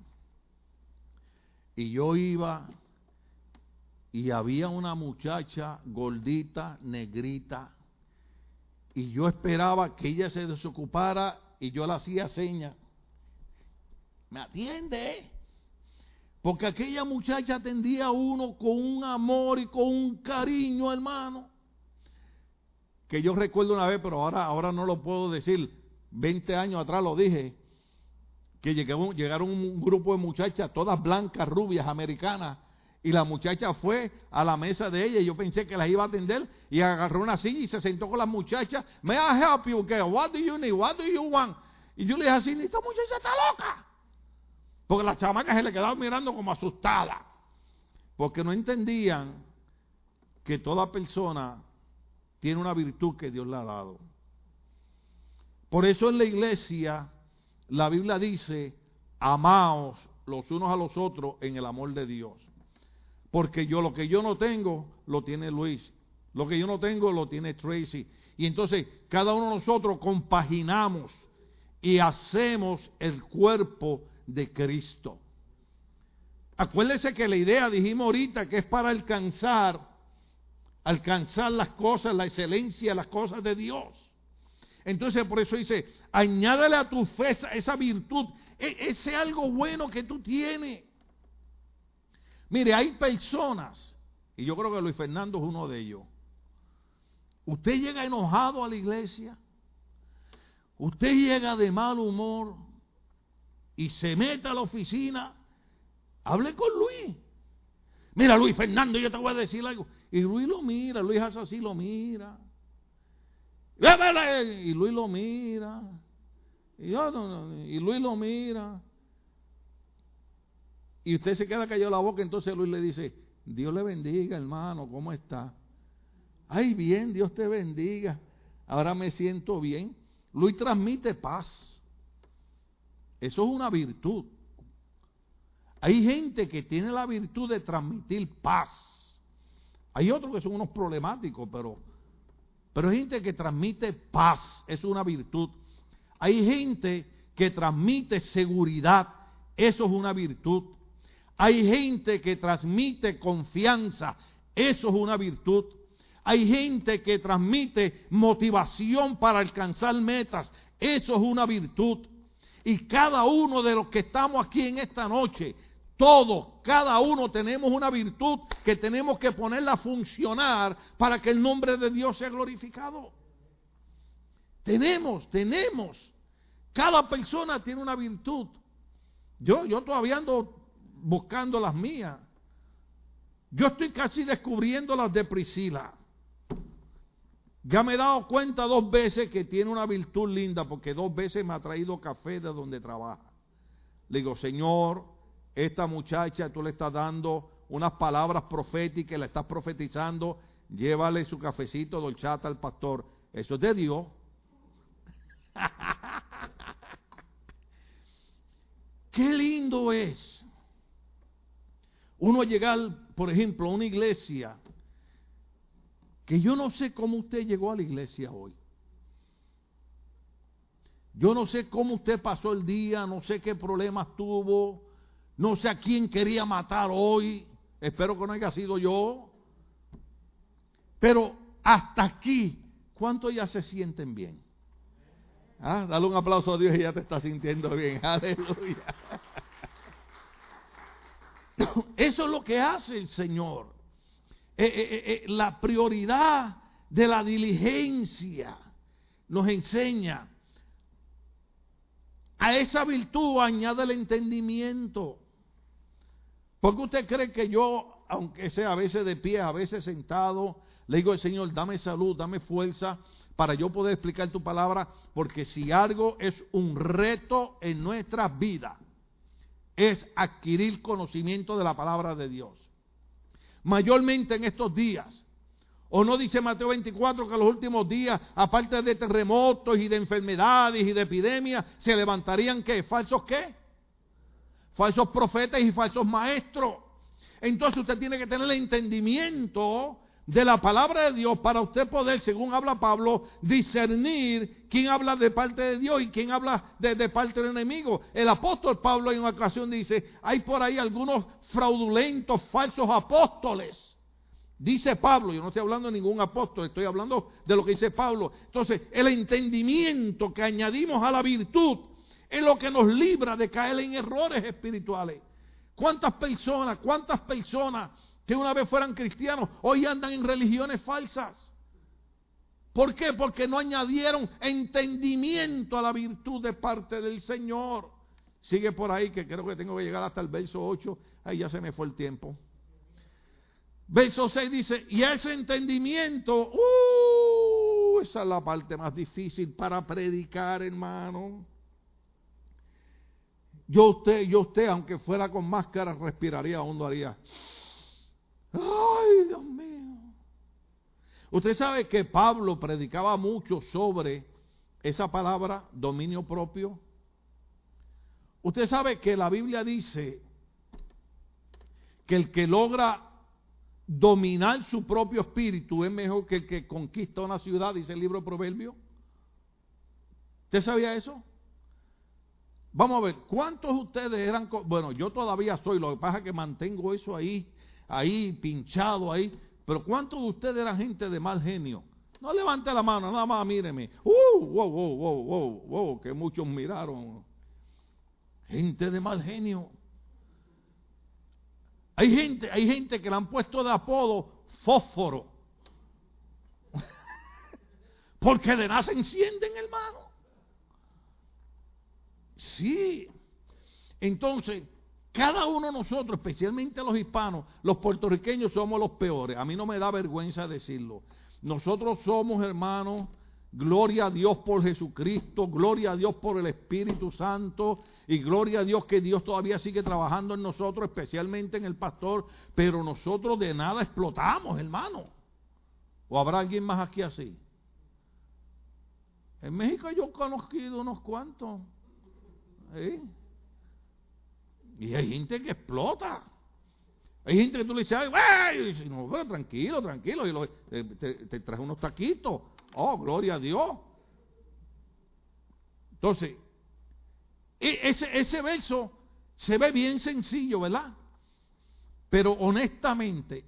Speaker 1: Y yo iba y había una muchacha gordita, negrita, y yo esperaba que ella se desocupara y yo le hacía señas. ¿Me atiende? Porque aquella muchacha atendía a uno con un amor y con un cariño, hermano, que yo recuerdo una vez, pero ahora no lo puedo decir. 20 años atrás lo dije, que llegaron un grupo de muchachas, todas blancas, rubias, americanas, y la muchacha fue a la mesa de ella, y yo pensé que las iba a atender, y agarró una silla y se sentó con las muchachas. May I help you? What do you need? What do you want? Y yo le dije así, esta muchacha está loca. Porque las chamacas se le quedaban mirando como asustadas, porque no entendían que toda persona tiene una virtud que Dios le ha dado. Por eso en la iglesia la Biblia dice, amaos los unos a los otros en el amor de Dios. Porque lo que yo no tengo, lo tiene Luis. Lo que yo no tengo, lo tiene Tracy. Y entonces cada uno de nosotros compaginamos y hacemos el cuerpo de Cristo. Acuérdese que la idea, dijimos ahorita, que es para alcanzar las cosas, la excelencia, las cosas de Dios. Entonces por eso dice, añádale a tu fe esa virtud, ese algo bueno que tú tienes. Mire, hay personas, y yo creo que Luis Fernando es uno de ellos. Usted llega enojado a la iglesia, usted llega de mal humor y se mete a la oficina, hable con Luis. Mira, Luis Fernando, yo te voy a decir algo. Y Luis lo mira, Luis hace así, lo mira. Y Luis lo mira. Y Luis lo mira. Y usted se queda callado la boca, entonces Luis le dice, Dios le bendiga, hermano, ¿cómo está? Ay, bien, Dios te bendiga. Ahora me siento bien. Luis transmite paz. Eso es una virtud. Hay gente que tiene la virtud de transmitir paz. Hay otros que son unos problemáticos, pero hay gente que transmite paz, es una virtud. Hay gente que transmite seguridad, eso es una virtud. Hay gente que transmite confianza, eso es una virtud. Hay gente que transmite motivación para alcanzar metas, eso es una virtud. Y cada uno de los que estamos aquí en esta noche, todos, cada uno tenemos una virtud que tenemos que ponerla a funcionar para que el nombre de Dios sea glorificado. Tenemos. Cada persona tiene una virtud. Yo todavía ando buscando las mías. Yo estoy casi descubriendo las de Priscila. Ya me he dado cuenta 2 veces que tiene una virtud linda, porque 2 veces me ha traído café de donde trabaja. Le digo, Señor, esta muchacha tú le estás dando unas palabras proféticas, le estás profetizando, llévale su cafecito de horchata al pastor. Eso es de Dios. Qué lindo es uno llegar, por ejemplo, a una iglesia, que yo no sé cómo usted llegó a la iglesia hoy. Yo no sé cómo usted pasó el día, no sé qué problemas tuvo, no sé a quién quería matar hoy, espero que no haya sido yo. Pero hasta aquí, ¿cuántos ya se sienten bien? Dale un aplauso a Dios y ya te está sintiendo bien. Aleluya. Eso es lo que hace el Señor. La prioridad de la diligencia nos enseña. A esa virtud añade el entendimiento. ¿Por qué usted cree que yo, aunque sea a veces de pie, a veces sentado, le digo al Señor, dame salud, dame fuerza para yo poder explicar tu palabra? Porque si algo es un reto en nuestras vidas, es adquirir conocimiento de la palabra de Dios. Mayormente en estos días. ¿O no dice Mateo 24 que en los últimos días, aparte de terremotos y de enfermedades y de epidemias, se levantarían ¿qué? ¿Falsos qué? Falsos profetas y falsos maestros. Entonces usted tiene que tener el entendimiento de la palabra de Dios para usted poder, según habla Pablo, discernir quién habla de parte de Dios y quién habla de parte del enemigo. El apóstol Pablo en una ocasión dice, hay por ahí algunos fraudulentos, falsos apóstoles. Dice Pablo, yo no estoy hablando de ningún apóstol, estoy hablando de lo que dice Pablo. Entonces, el entendimiento que añadimos a la virtud es lo que nos libra de caer en errores espirituales. ¿Cuántas personas que una vez fueran cristianos, hoy andan en religiones falsas? ¿Por qué? Porque no añadieron entendimiento a la virtud de parte del Señor. Sigue por ahí, que creo que tengo que llegar hasta el verso 8. Ahí ya se me fue el tiempo. Verso 6 dice, y ese entendimiento, esa es la parte más difícil para predicar, hermano. Yo usted, aunque fuera con máscara, respiraría hondo, haría. ¡Ay, Dios mío! Usted sabe que Pablo predicaba mucho sobre esa palabra, dominio propio. Usted sabe que la Biblia dice que el que logra dominar su propio espíritu es mejor que el que conquista una ciudad, dice el libro de Proverbios. ¿Usted sabía eso? Vamos a ver, ¿cuántos de ustedes eran? Bueno, yo todavía soy, lo que pasa es que mantengo eso ahí pinchado ahí. Pero ¿cuántos de ustedes eran gente de mal genio? No levante la mano, nada más míreme. Wow, que muchos miraron. Gente de mal genio. Hay gente que le han puesto de apodo fósforo. Porque de nada se encienden, hermano. Sí. Entonces, cada uno de nosotros, especialmente los hispanos, los puertorriqueños, somos los peores. A mí no me da vergüenza decirlo. Nosotros somos, hermanos, gloria a Dios por Jesucristo, gloria a Dios por el Espíritu Santo y gloria a Dios que Dios todavía sigue trabajando en nosotros, especialmente en el pastor, pero nosotros de nada explotamos, hermano. ¿O habrá alguien más aquí así? En México yo he conocido unos cuantos. ¿sí? Y hay gente que explota. Hay gente que tú le dices, ¡ay! Y dice, no, pero tranquilo, tranquilo. Y te traje unos taquitos. Oh, gloria a Dios. Entonces, ese verso se ve bien sencillo, ¿verdad? Pero honestamente,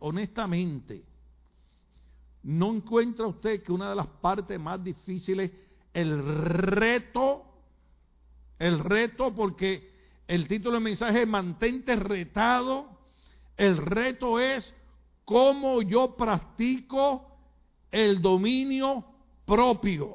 Speaker 1: ¿no encuentra usted que una de las partes más difíciles, el reto, porque el título del mensaje es mantente retado? El reto es cómo yo practico el dominio propio.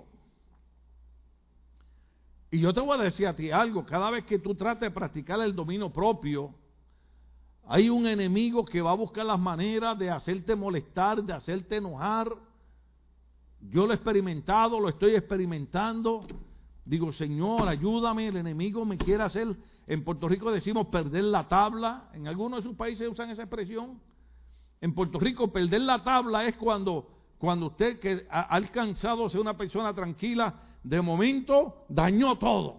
Speaker 1: Y yo te voy a decir a ti algo, cada vez que tú trates de practicar el dominio propio, hay un enemigo que va a buscar las maneras de hacerte molestar, de hacerte enojar. Yo lo he experimentado, lo estoy experimentando. Digo, Señor, ayúdame, el enemigo me quiere hacer. En Puerto Rico decimos perder la tabla. En algunos de sus países usan esa expresión. En Puerto Rico perder la tabla es cuando usted que ha alcanzado a ser una persona tranquila, de momento dañó todo.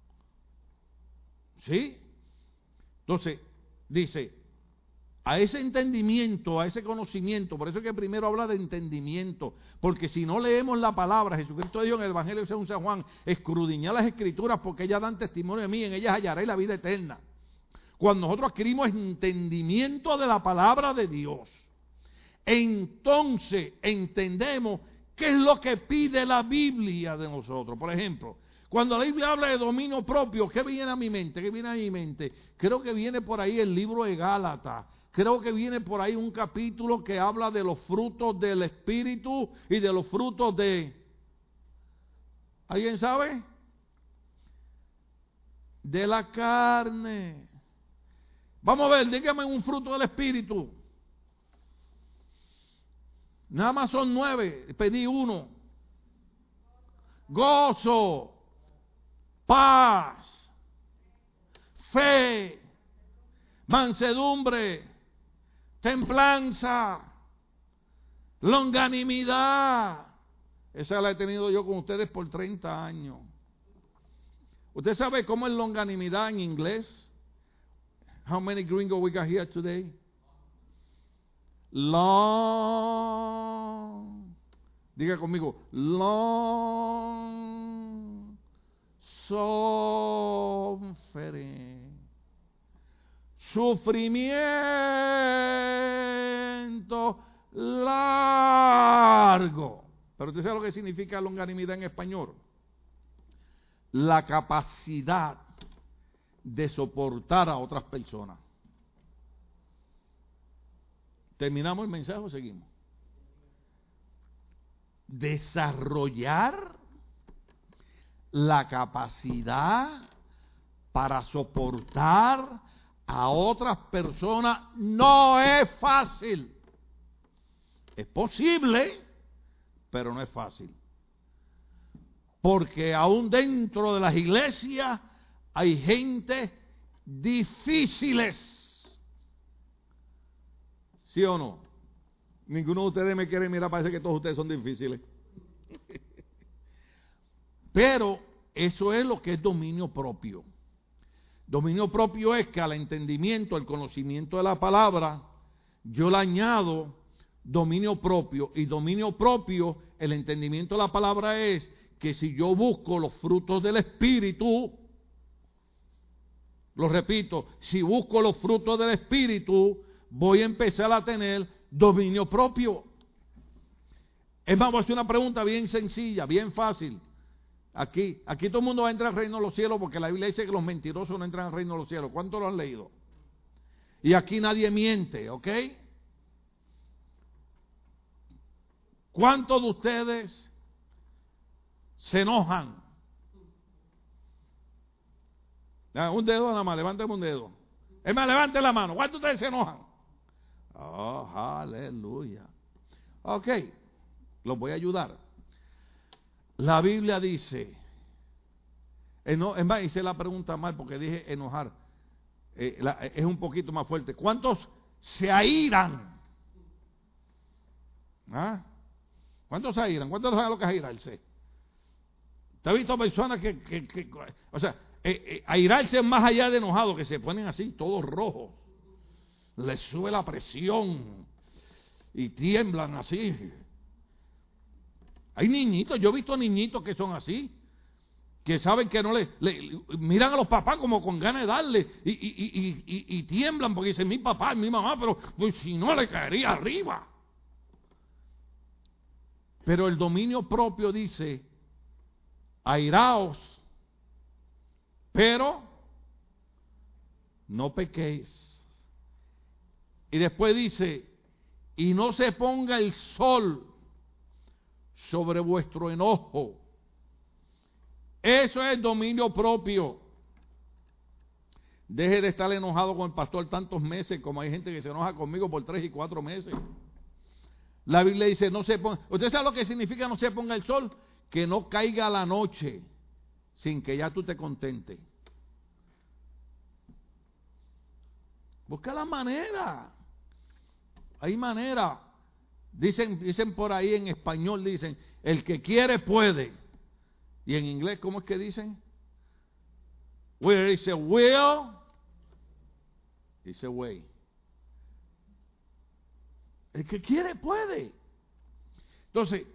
Speaker 1: ¿Sí? Entonces, dice, a ese entendimiento, a ese conocimiento, por eso es que primero habla de entendimiento, porque si no leemos la palabra, Jesucristo dijo en el Evangelio según San Juan, escudriñad las Escrituras porque ellas dan testimonio de mí, en ellas hallaré la vida eterna. Cuando nosotros adquirimos entendimiento de la palabra de Dios, entonces entendemos qué es lo que pide la Biblia de nosotros. Por ejemplo, cuando la Biblia habla de dominio propio, ¿qué viene a mi mente? ¿Qué viene a mi mente? Creo que viene por ahí el libro de Gálatas. Creo que viene por ahí un capítulo que habla de los frutos del Espíritu y de los frutos de... ¿Alguien sabe? De la carne. Vamos a ver, dígame un fruto del Espíritu. Nada más son 9, pedí uno. Gozo, paz, fe, mansedumbre, templanza, longanimidad. Esa la he tenido yo con ustedes por 30 años. ¿Usted sabe cómo es longanimidad en inglés? How many gringos we got here today? Long. Diga conmigo, long suffering. Sufrimiento largo. Pero usted sabe lo que significa longanimidad en español. La capacidad de soportar a otras personas. ¿Terminamos el mensaje o seguimos? Desarrollar la capacidad para soportar a otras personas no es fácil. Es posible, pero no es fácil. Porque aún dentro de las iglesias hay gente difíciles. ¿Sí o no? Ninguno de ustedes me quiere mirar, parece que todos ustedes son difíciles. Pero eso es lo que es dominio propio. Dominio propio es que al entendimiento, al conocimiento de la palabra, yo le añado dominio propio. Y dominio propio, el entendimiento de la palabra es que si yo busco los frutos del Espíritu, lo repito, si busco los frutos del Espíritu, voy a empezar a tener dominio propio. Es más, voy a hacer una pregunta bien sencilla, bien fácil. Aquí todo el mundo va a entrar al reino de los cielos porque la Biblia dice que los mentirosos no entran al reino de los cielos. ¿Cuántos lo han leído? Y aquí nadie miente, ¿ok? ¿Cuántos de ustedes se enojan? Un dedo nada más, levántame un dedo. Es más, levante la mano. ¿Cuántos de ustedes se enojan? Oh, aleluya. Ok, los voy a ayudar. La Biblia dice, es más, hice la pregunta mal porque dije enojar. Es un poquito más fuerte. ¿Cuántos se airan? ¿Ah? ¿Cuántos se airan? ¿Cuántos saben lo que es airarse? ¿Te has visto personas que o sea, airarse es más allá de enojado, que se ponen así, todos rojos. Les sube la presión y tiemblan así. Hay niñitos, yo he visto niñitos que son así, que saben que no le miran a los papás como con ganas de darle y tiemblan porque dicen mi papá, mi mamá, pero pues, si no le caería arriba. Pero el dominio propio dice, airaos, pero no pequéis. Y después dice, y no se ponga el sol sobre vuestro enojo. Eso es dominio propio. Deje de estar enojado con el pastor tantos meses, como hay gente que se enoja conmigo por 3 y 4 meses. La Biblia dice, no se ponga. ¿Usted sabe lo que significa no se ponga el sol? Que no caiga la noche sin que ya tú te contentes. Busca la manera. Hay manera. Dicen por ahí en español, dicen, el que quiere puede. Y en inglés, ¿cómo es que dicen? Where is a will, is a way. El que quiere puede. Entonces,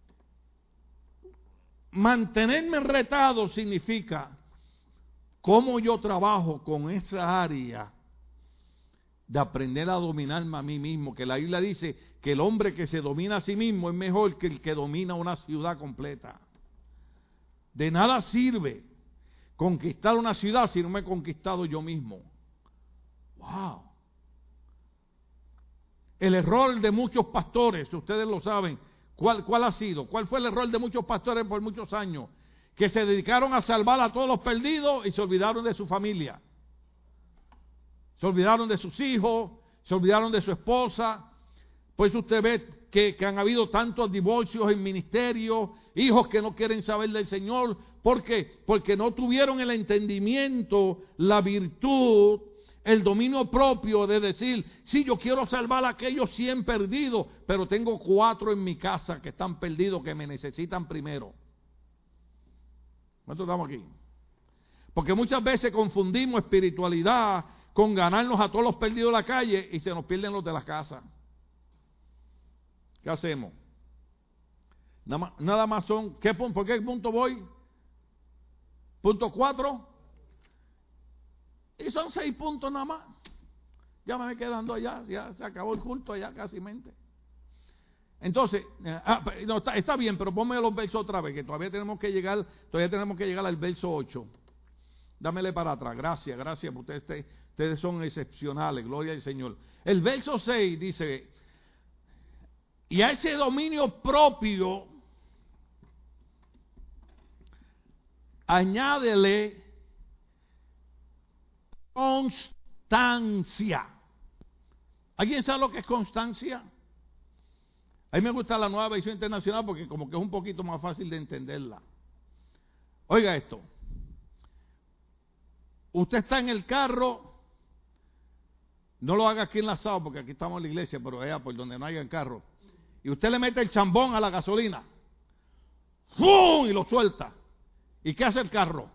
Speaker 1: mantenerme retado significa cómo yo trabajo con esa área de aprender a dominarme a mí mismo, que la Biblia dice que el hombre que se domina a sí mismo es mejor que el que domina una ciudad completa. De nada sirve conquistar una ciudad si no me he conquistado yo mismo. ¡Wow! El error de muchos pastores, ustedes lo saben, ¿cuál ha sido? ¿Cuál fue el error de muchos pastores por muchos años? Que se dedicaron a salvar a todos los perdidos y se olvidaron de su familia. Se olvidaron de sus hijos, se olvidaron de su esposa. Por eso usted ve que han habido tantos divorcios en ministerios, hijos que no quieren saber del Señor. ¿Por qué? Porque no tuvieron el entendimiento, la virtud, el dominio propio de decir, sí, yo quiero salvar a aquellos 100 perdidos, pero tengo 4 en mi casa que están perdidos, que me necesitan primero. ¿Cuántos estamos aquí? Porque muchas veces confundimos espiritualidad con ganarnos a todos los perdidos de la calle y se nos pierden los de la casa. ¿Qué hacemos? Nada más son, ¿por qué punto voy? Punto 4. Y son 6 puntos nada más. Ya me voy quedando allá, ya se acabó el culto allá casi mente. Entonces, no, está bien, pero ponme los versos otra vez, que todavía tenemos que llegar al verso 8. Dámele para atrás, gracias, ustedes son excepcionales, gloria al Señor. El verso 6 dice, y a ese dominio propio, añádele constancia. ¿Alguien sabe lo que es constancia? A mí me gusta la Nueva Versión Internacional porque como que es un poquito más fácil de entenderla. Oiga esto. Usted está en el carro, no lo haga aquí enlazado porque aquí estamos en la iglesia, pero allá por donde no haya carro. Y usted le mete el chambón a la gasolina. ¡Fum! Y lo suelta. ¿Y qué hace el carro?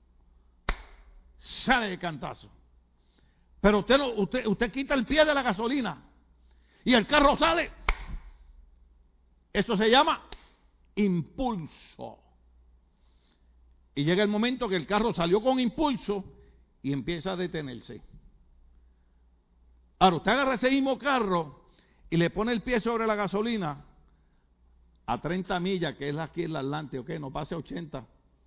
Speaker 1: Sale de cantazo. Pero usted quita el pie de la gasolina y el carro sale. Eso se llama impulso. Y llega el momento que el carro salió con impulso y empieza a detenerse. Ahora usted agarra ese mismo carro y le pone el pie sobre la gasolina a 30 millas, que es aquí en la Atlante, ok, no pase a 80.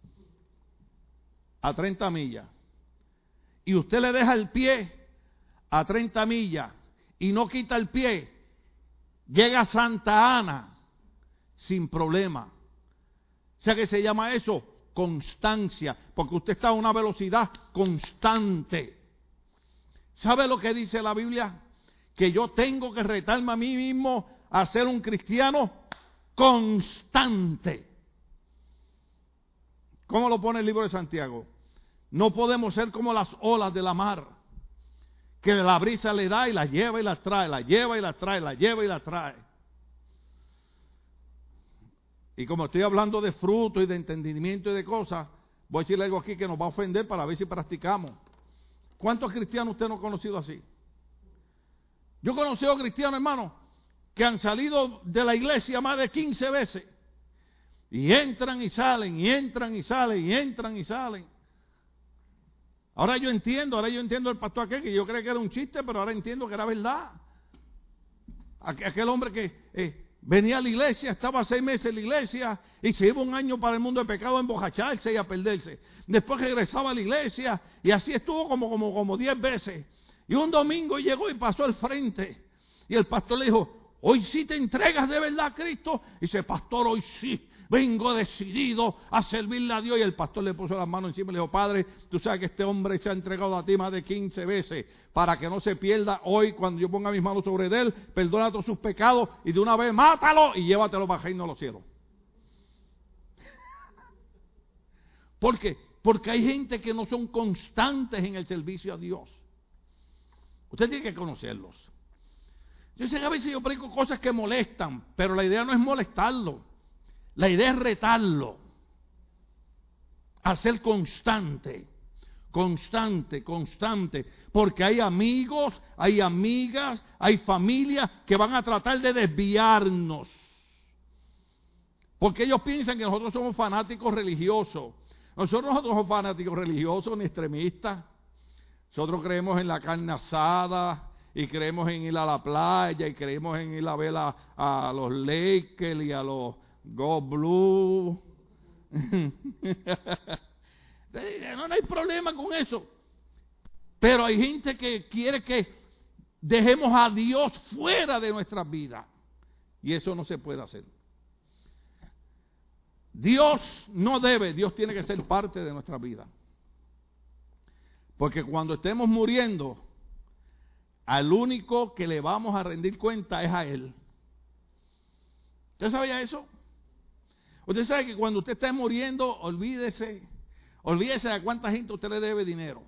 Speaker 1: A 30 millas. Y usted le deja el pie a 30 millas y no quita el pie, llega a Santa Ana sin problema. O sea que se llama eso constancia, porque usted está a una velocidad constante. ¿Sabe lo que dice la Biblia? Que yo tengo que retarme a mí mismo a ser un cristiano constante. ¿Cómo lo pone el libro de Santiago? No podemos ser como las olas de la mar, que la brisa le da y las lleva y las trae, las lleva y las trae, las lleva y las trae. Y como estoy hablando de fruto y de entendimiento y de cosas, Voy a decirle algo aquí que nos va a ofender para ver si practicamos. ¿Cuántos cristianos usted no ha conocido así? Yo he conocido cristianos, hermano, que han salido de la iglesia más de 15 veces. Y entran y salen, y entran y salen, y entran y salen. Ahora yo entiendo el pastor aquel, que yo creía que era un chiste, pero ahora entiendo que era verdad. Aquel hombre que venía a la iglesia, estaba 6 meses en la iglesia y se iba un año para el mundo de pecado a embojacharse y a perderse. Después regresaba a la iglesia y así estuvo como 10 veces. Y un domingo llegó y pasó al frente y el pastor le dijo: hoy sí te entregas de verdad a Cristo. Y dice: pastor, hoy sí, vengo decidido a servirle a Dios. Y el pastor le puso las manos encima y le dijo: padre, tú sabes que este hombre se ha entregado a ti más de 15 veces. Para que no se pierda, hoy cuando yo ponga mis manos sobre él, perdona todos sus pecados y de una vez mátalo y llévatelo para el reino de los cielos. ¿Por qué? Porque hay gente que no son constantes en el servicio a Dios. Usted tiene que conocerlos. Yo sé que a veces yo predico cosas que molestan, pero la idea no es molestarlo. La idea es retarlo a ser constante, porque hay amigos, hay amigas, hay familias que van a tratar de desviarnos, porque ellos piensan que nosotros somos fanáticos religiosos. Nosotros no somos fanáticos religiosos ni extremistas. Nosotros creemos en la carne asada, y creemos en ir a la playa, y creemos en ir a ver a los Lakers y a los Go Blue. No hay problema con eso. Pero hay gente que quiere que dejemos a Dios fuera de nuestras vidas. Y eso no se puede hacer. Dios tiene que ser parte de nuestra vida. Porque cuando estemos muriendo, al único que le vamos a rendir cuenta es a Él. ¿Usted sabía eso? Usted sabe que cuando usted esté muriendo, olvídese de a cuánta gente usted le debe dinero.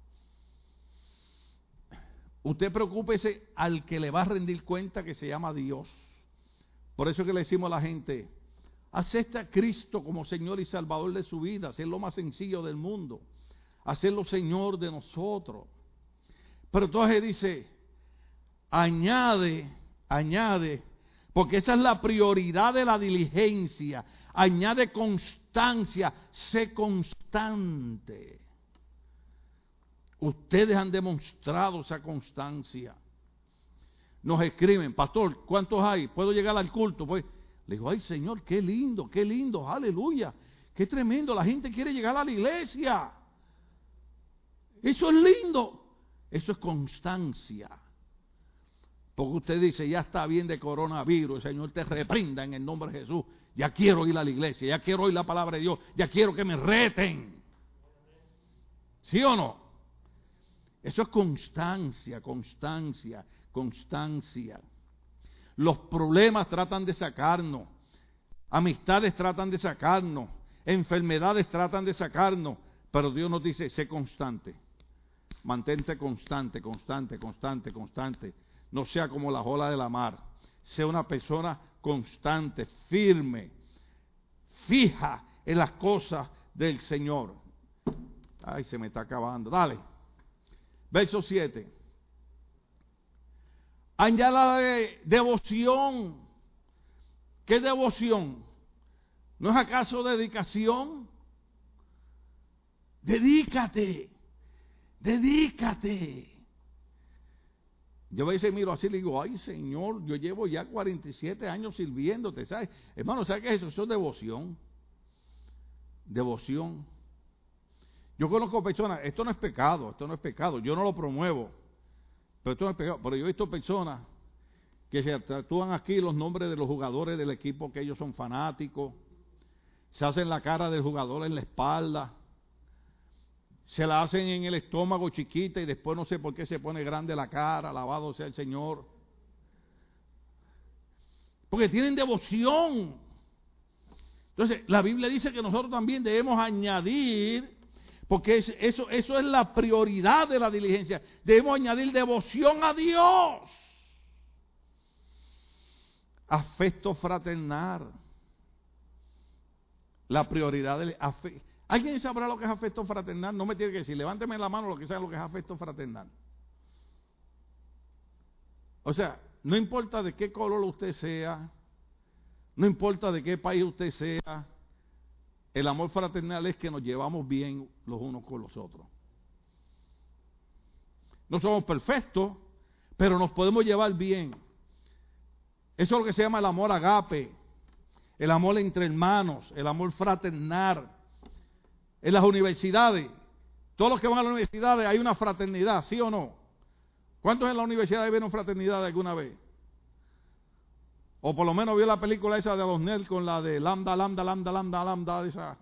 Speaker 1: Usted preocúpese al que le va a rendir cuenta, que se llama Dios. Por eso es que le decimos a la gente: acepta a Cristo como Señor y Salvador de su vida, hacer lo más sencillo del mundo, hacerlo Señor de nosotros. Pero entonces dice, añade, porque esa es la prioridad de la diligencia. Añade constancia, sé constante. Ustedes han demostrado esa constancia. Nos escriben: pastor, ¿cuántos hay? ¿Puedo llegar al culto? Pues le digo: ay Señor, qué lindo, aleluya, qué tremendo, la gente quiere llegar a la iglesia. Eso es lindo. Eso es constancia. Porque usted dice: ya está bien de coronavirus, el Señor te reprenda en el nombre de Jesús. Ya quiero ir a la iglesia, ya quiero oír la palabra de Dios, ya quiero que me reten. ¿Sí o no? Eso es constancia. Los problemas tratan de sacarnos, amistades tratan de sacarnos, enfermedades tratan de sacarnos, pero Dios nos dice: sé constante. Mantente constante. No sea como las olas de la mar. Sea una persona constante, firme, fija en las cosas del Señor. Ay, se me está acabando. Dale. Verso 7. Añade devoción. ¿Qué devoción? ¿No es acaso dedicación? Dedícate. Yo a veces miro así y le digo: ay Señor, yo llevo ya 47 años sirviéndote, ¿sabes? Hermano, ¿sabes qué es eso? Eso es devoción. Yo conozco personas, esto no es pecado, yo no lo promuevo, pero esto no es pecado. Pero yo he visto personas que se tatúan aquí los nombres de los jugadores del equipo que ellos son fanáticos, se hacen la cara del jugador en la espalda, se la hacen en el estómago chiquita y después no sé por qué se pone grande la cara. Alabado sea el Señor. Porque tienen devoción. Entonces, la Biblia dice que nosotros también debemos añadir, porque eso es la prioridad de la diligencia. Debemos añadir devoción a Dios. Afecto fraternal. La prioridad del ¿Alguien sabrá lo que es afecto fraternal? No me tiene que decir, levánteme la mano lo que sabe lo que es afecto fraternal. O sea, no importa de qué color usted sea, no importa de qué país usted sea, el amor fraternal es que nos llevamos bien los unos con los otros. No somos perfectos, pero nos podemos llevar bien. Eso es lo que se llama el amor agape, el amor entre hermanos, el amor fraternal. En las universidades, todos los que van a las universidades hay una fraternidad, ¿sí o no? ¿Cuántos en la universidad vieron fraternidad alguna vez? O por lo menos vio la película esa de los nerds con la de lambda, lambda, lambda, lambda, lambda, esa.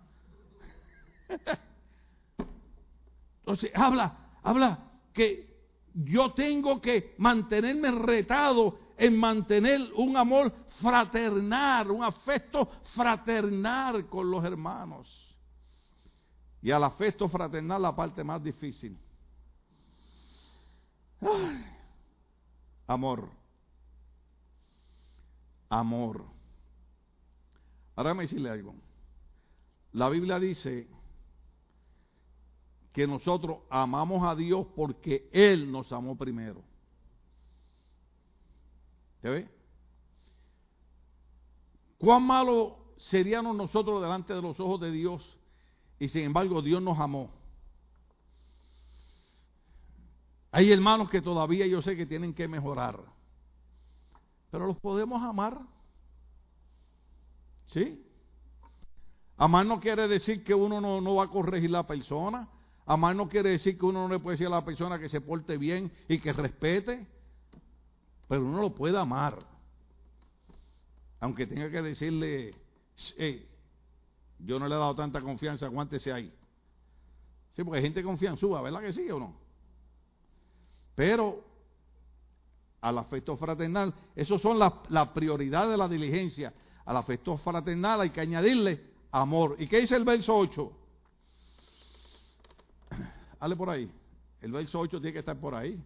Speaker 1: Entonces, habla que yo tengo que mantenerme retado en mantener un amor fraternal, un afecto fraternal con los hermanos. Y al afecto fraternal la parte más difícil. Ay, amor. Amor. Ahora déjame decirle algo. La Biblia dice que nosotros amamos a Dios porque Él nos amó primero. ¿Te ve? ¿Cuán malo seríamos nosotros delante de los ojos de Dios? Y sin embargo Dios nos amó. Hay hermanos que todavía yo sé que tienen que mejorar, pero los podemos amar. ¿Sí? Amar no quiere decir que uno no va a corregir a la persona. Amar no quiere decir que uno no le puede decir a la persona que se porte bien y que respete, pero uno lo puede amar, aunque tenga que decirle, hey, yo no le he dado tanta confianza, aguántese ahí. Sí, porque hay gente confianzuda, ¿verdad que sí o no? Pero al afecto fraternal, eso son la prioridad de la diligencia. Al afecto fraternal hay que añadirle amor. ¿Y qué dice el verso 8? Dale por ahí. El verso 8 tiene que estar por ahí.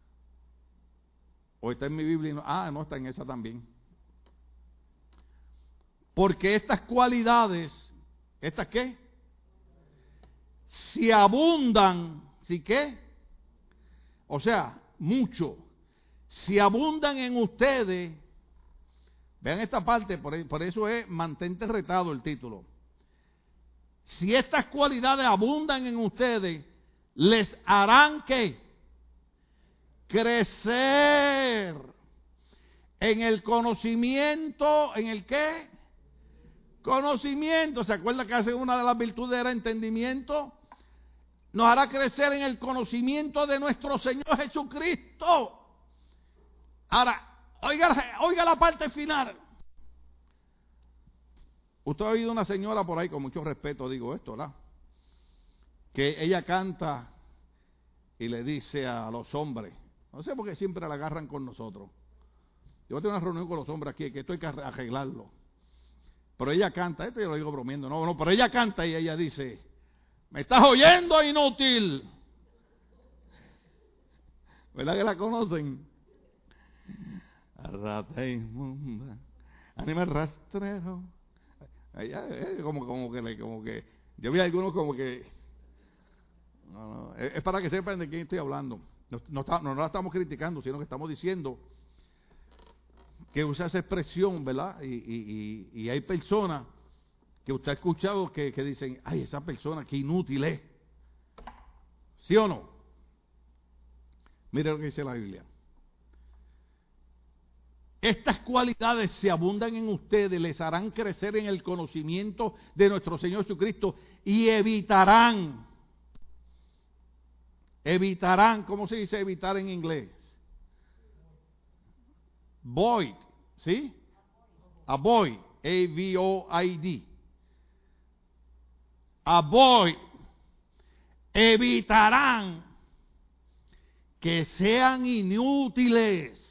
Speaker 1: O está en mi Biblia y no, no está en esa también. Porque estas cualidades, ¿estas qué? Si abundan, ¿sí qué? O sea, mucho. Si abundan en ustedes, vean esta parte, por eso es mantente retado el título. Si estas cualidades abundan en ustedes, les harán ¿qué? Crecer en el conocimiento, ¿en el qué? Conocimiento. ¿Se acuerda que hace una de las virtudes era entendimiento? Nos hará crecer en el conocimiento de nuestro Señor Jesucristo. Ahora, oiga la parte final. Usted ha oído una señora por ahí, con mucho respeto digo esto, ¿verdad? Que ella canta y le dice a los hombres, no sé por qué siempre la agarran con nosotros. Yo voy a tener una reunión con los hombres aquí, que esto hay que arreglarlo. Pero ella canta, esto yo lo digo bromeando, no, pero ella canta y ella dice, ¿me estás oyendo, inútil? ¿Verdad que la conocen? Rata inmunda, animal rastrero. Ella, como que yo vi a algunos como que no, es para que sepan de quién estoy hablando. No la estamos criticando, sino que estamos diciendo que usa esa expresión, ¿verdad? Y hay personas que usted ha escuchado que dicen, ay, esa persona qué inútil es. ¿Sí o no? Mire lo que dice la Biblia. Estas cualidades se abundan en ustedes, les harán crecer en el conocimiento de nuestro Señor Jesucristo y evitarán, ¿cómo se dice evitar en inglés? Void, ¿sí? Avoid, A-V-O-I-D. Avoid, evitarán que sean inútiles.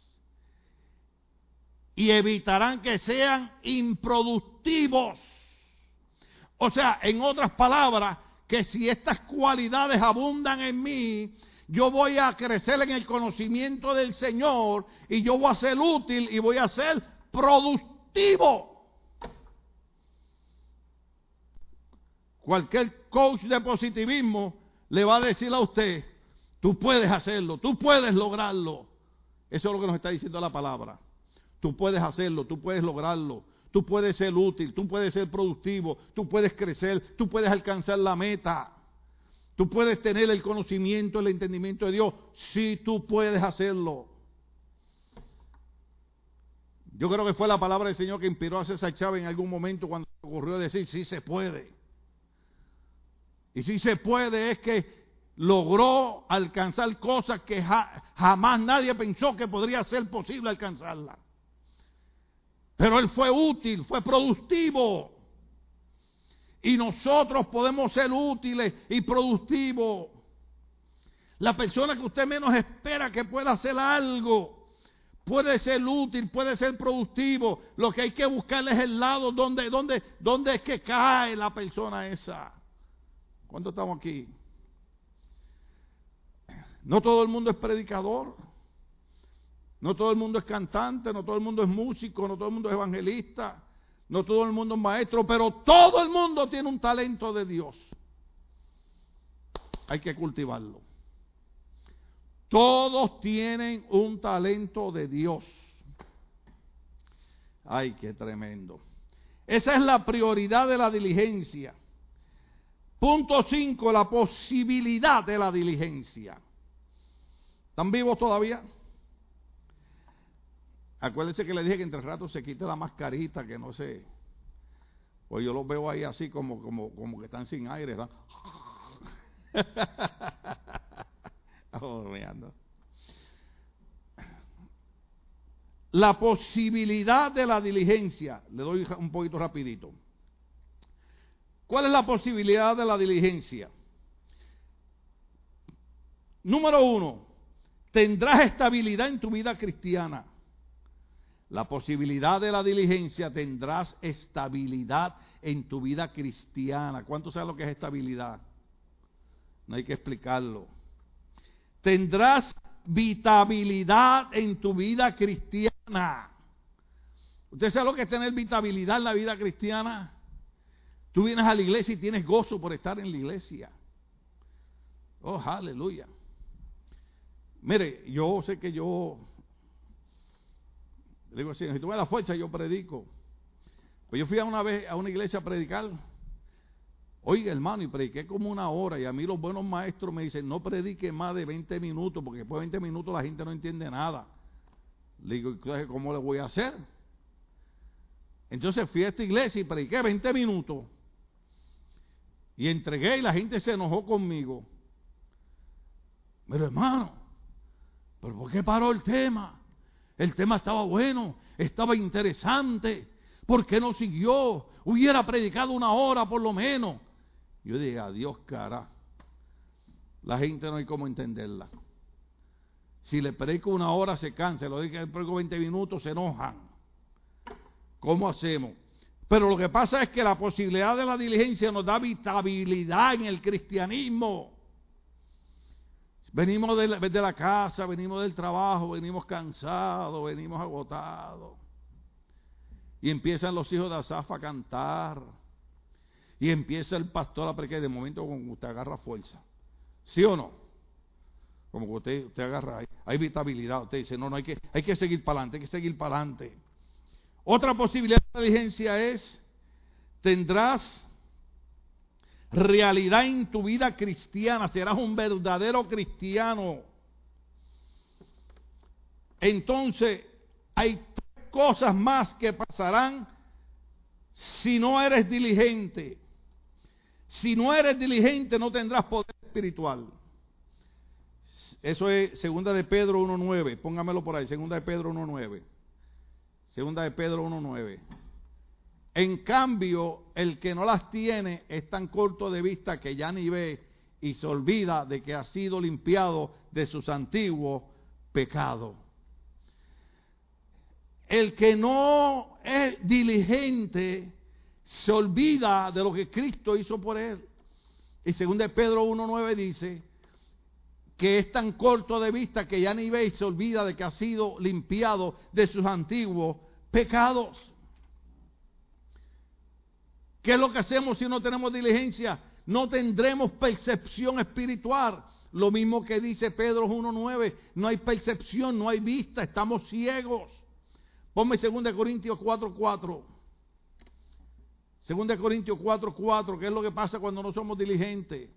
Speaker 1: Y evitarán que sean improductivos. O sea, en otras palabras, que si estas cualidades abundan en mí, yo voy a crecer en el conocimiento del Señor y yo voy a ser útil y voy a ser productivo. Cualquier coach de positivismo le va a decir a usted, tú puedes hacerlo, tú puedes lograrlo. Eso es lo que nos está diciendo la palabra. Tú puedes hacerlo, tú puedes lograrlo, tú puedes ser útil, tú puedes ser productivo, tú puedes crecer, tú puedes alcanzar la meta. Tú puedes tener el conocimiento, el entendimiento de Dios. Sí, tú puedes hacerlo. Yo creo que fue la palabra del Señor que inspiró a César Chávez en algún momento cuando se ocurrió decir, sí se puede. Y sí se puede es que logró alcanzar cosas que jamás nadie pensó que podría ser posible alcanzarlas. Pero él fue útil, fue productivo. Y nosotros podemos ser útiles y productivos. La persona que usted menos espera que pueda hacer algo, puede ser útil, puede ser productivo. Lo que hay que buscar es el lado donde es que cae la persona esa. ¿Cuántos estamos aquí? No todo el mundo es predicador. No todo el mundo es cantante, no todo el mundo es músico, no todo el mundo es evangelista, no todo el mundo es maestro, pero todo el mundo tiene un talento de Dios. Hay que cultivarlo. Todos tienen un talento de Dios. Ay, qué tremendo. Esa es la prioridad de la diligencia. Punto 5, la posibilidad de la diligencia. ¿Están vivos todavía? Acuérdense que le dije que entre rato se quite la mascarita, que no sé. Pues yo los veo ahí así como que están sin aire, ¿verdad? La posibilidad de la diligencia. Le doy un poquito rapidito. ¿Cuál es la posibilidad de la diligencia? Número 1, tendrás estabilidad en tu vida cristiana. La posibilidad de la diligencia, tendrás estabilidad en tu vida cristiana. ¿Cuánto sabe lo que es estabilidad? No hay que explicarlo. Tendrás vitabilidad en tu vida cristiana. ¿Usted sabe lo que es tener vitabilidad en la vida cristiana? Tú vienes a la iglesia y tienes gozo por estar en la iglesia. Oh, aleluya. Mire, yo sé que yo le digo así, si tú me das fuerza, yo predico. Pues yo fui una vez a una iglesia a predicar. Oiga, hermano, y prediqué como 1 hora. Y a mí los buenos maestros me dicen, no predique más de 20 minutos, porque después de 20 minutos la gente no entiende nada. Le digo, ¿cómo le voy a hacer? Entonces fui a esta iglesia y prediqué 20 minutos. Y entregué y la gente se enojó conmigo. Pero hermano, ¿pero por qué paró el tema? El tema estaba bueno, estaba interesante. ¿Por qué no siguió? Hubiera predicado 1 hora por lo menos. Yo dije, adiós cara. La gente no hay cómo entenderla. Si le predico 1 hora se cansa, lo dije que le predico 20 minutos se enojan. ¿Cómo hacemos? Pero lo que pasa es que la posibilidad de la diligencia nos da vitabilidad en el cristianismo. Venimos de la casa, venimos del trabajo, venimos cansados, venimos agotados. Y empiezan los hijos de Asaf a cantar. Y empieza el pastor a predicar. De momento como usted agarra fuerza. ¿Sí o no? Como que usted agarra, hay vitabilidad. Usted dice, no, hay que seguir para adelante, hay que seguir para adelante. Otra posibilidad de diligencia es, tendrás realidad en tu vida cristiana, serás un verdadero cristiano. Entonces, hay 3 cosas más que pasarán si no eres diligente. Si no eres diligente, no tendrás poder espiritual. Eso es 2 de Pedro 1.9. Póngamelo por ahí, 2 de Pedro 1.9. 2 de Pedro 1.9. En cambio, el que no las tiene es tan corto de vista que ya ni ve y se olvida de que ha sido limpiado de sus antiguos pecados. El que no es diligente se olvida de lo que Cristo hizo por él. Y 2 de Pedro 1.9 dice que es tan corto de vista que ya ni ve y se olvida de que ha sido limpiado de sus antiguos pecados. ¿Qué es lo que hacemos si no tenemos diligencia? No tendremos percepción espiritual. Lo mismo que dice Pedro 1:9, no hay percepción, no hay vista, estamos ciegos. Ponme 2 Corintios 4:4. 2 Corintios 4:4, ¿qué es lo que pasa cuando no somos diligentes?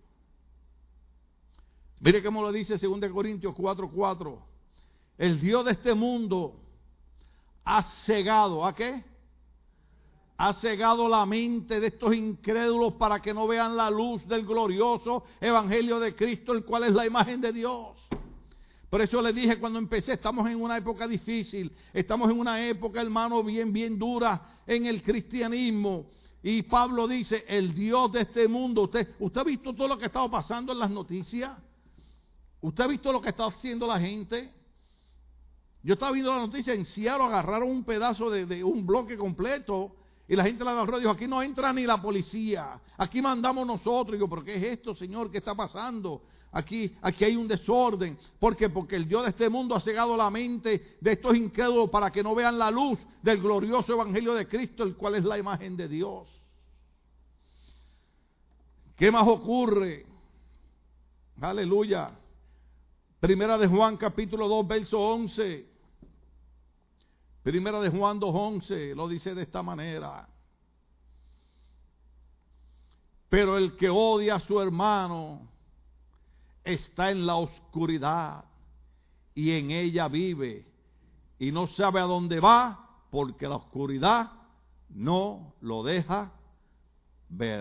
Speaker 1: Mire cómo lo dice 2 Corintios 4:4. El Dios de este mundo ha cegado, ¿a qué? Ha cegado la mente de estos incrédulos para que no vean la luz del glorioso evangelio de Cristo, el cual es la imagen de Dios. Por eso le dije cuando empecé, estamos en una época difícil, estamos en una época, hermano, bien dura en el cristianismo. Y Pablo dice, el Dios de este mundo, ¿usted ha visto todo lo que ha estado pasando en las noticias? ¿Usted ha visto lo que está haciendo la gente? Yo estaba viendo la noticia, en Seattle agarraron un pedazo de un bloque completo y la gente la agarró y dijo, aquí no entra ni la policía, aquí mandamos nosotros. Y yo, ¿pero qué es esto, Señor? ¿Qué está pasando? Aquí hay un desorden. ¿Por qué? Porque el Dios de este mundo ha cegado la mente de estos incrédulos para que no vean la luz del glorioso evangelio de Cristo, el cual es la imagen de Dios. ¿Qué más ocurre? Aleluya. Primera de Juan capítulo 2 verso 11. Primera de Juan 2:11 lo dice de esta manera. Pero el que odia a su hermano está en la oscuridad y en ella vive y no sabe a dónde va porque la oscuridad no lo deja ver.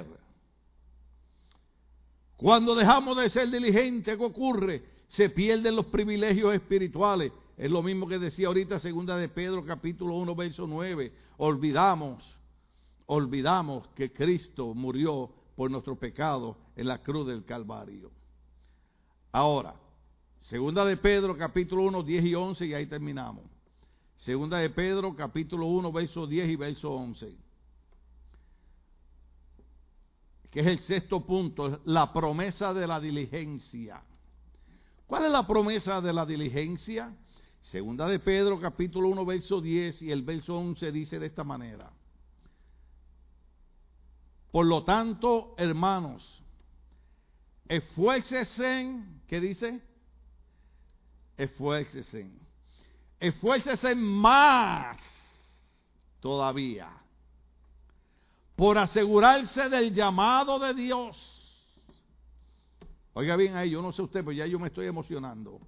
Speaker 1: Cuando dejamos de ser diligentes, ¿qué ocurre? Se pierden los privilegios espirituales. Es lo mismo que decía ahorita 2 de Pedro capítulo 1 verso 9. Olvidamos que Cristo murió por nuestro pecado en la cruz del Calvario. Ahora, 2 de Pedro capítulo 1, 10 y 11 y ahí terminamos. 2 de Pedro capítulo 1 verso 10 y verso 11. Que es el sexto punto, la promesa de la diligencia. ¿Cuál es la promesa de la diligencia? Segunda de Pedro, capítulo 1, verso 10 y el verso 11 dice de esta manera. Por lo tanto, hermanos, esfuércense, ¿qué dice? Esfuércense. Esfuércense más todavía por asegurarse del llamado de Dios. Oiga bien ahí, yo no sé usted, pero ya yo me estoy emocionando.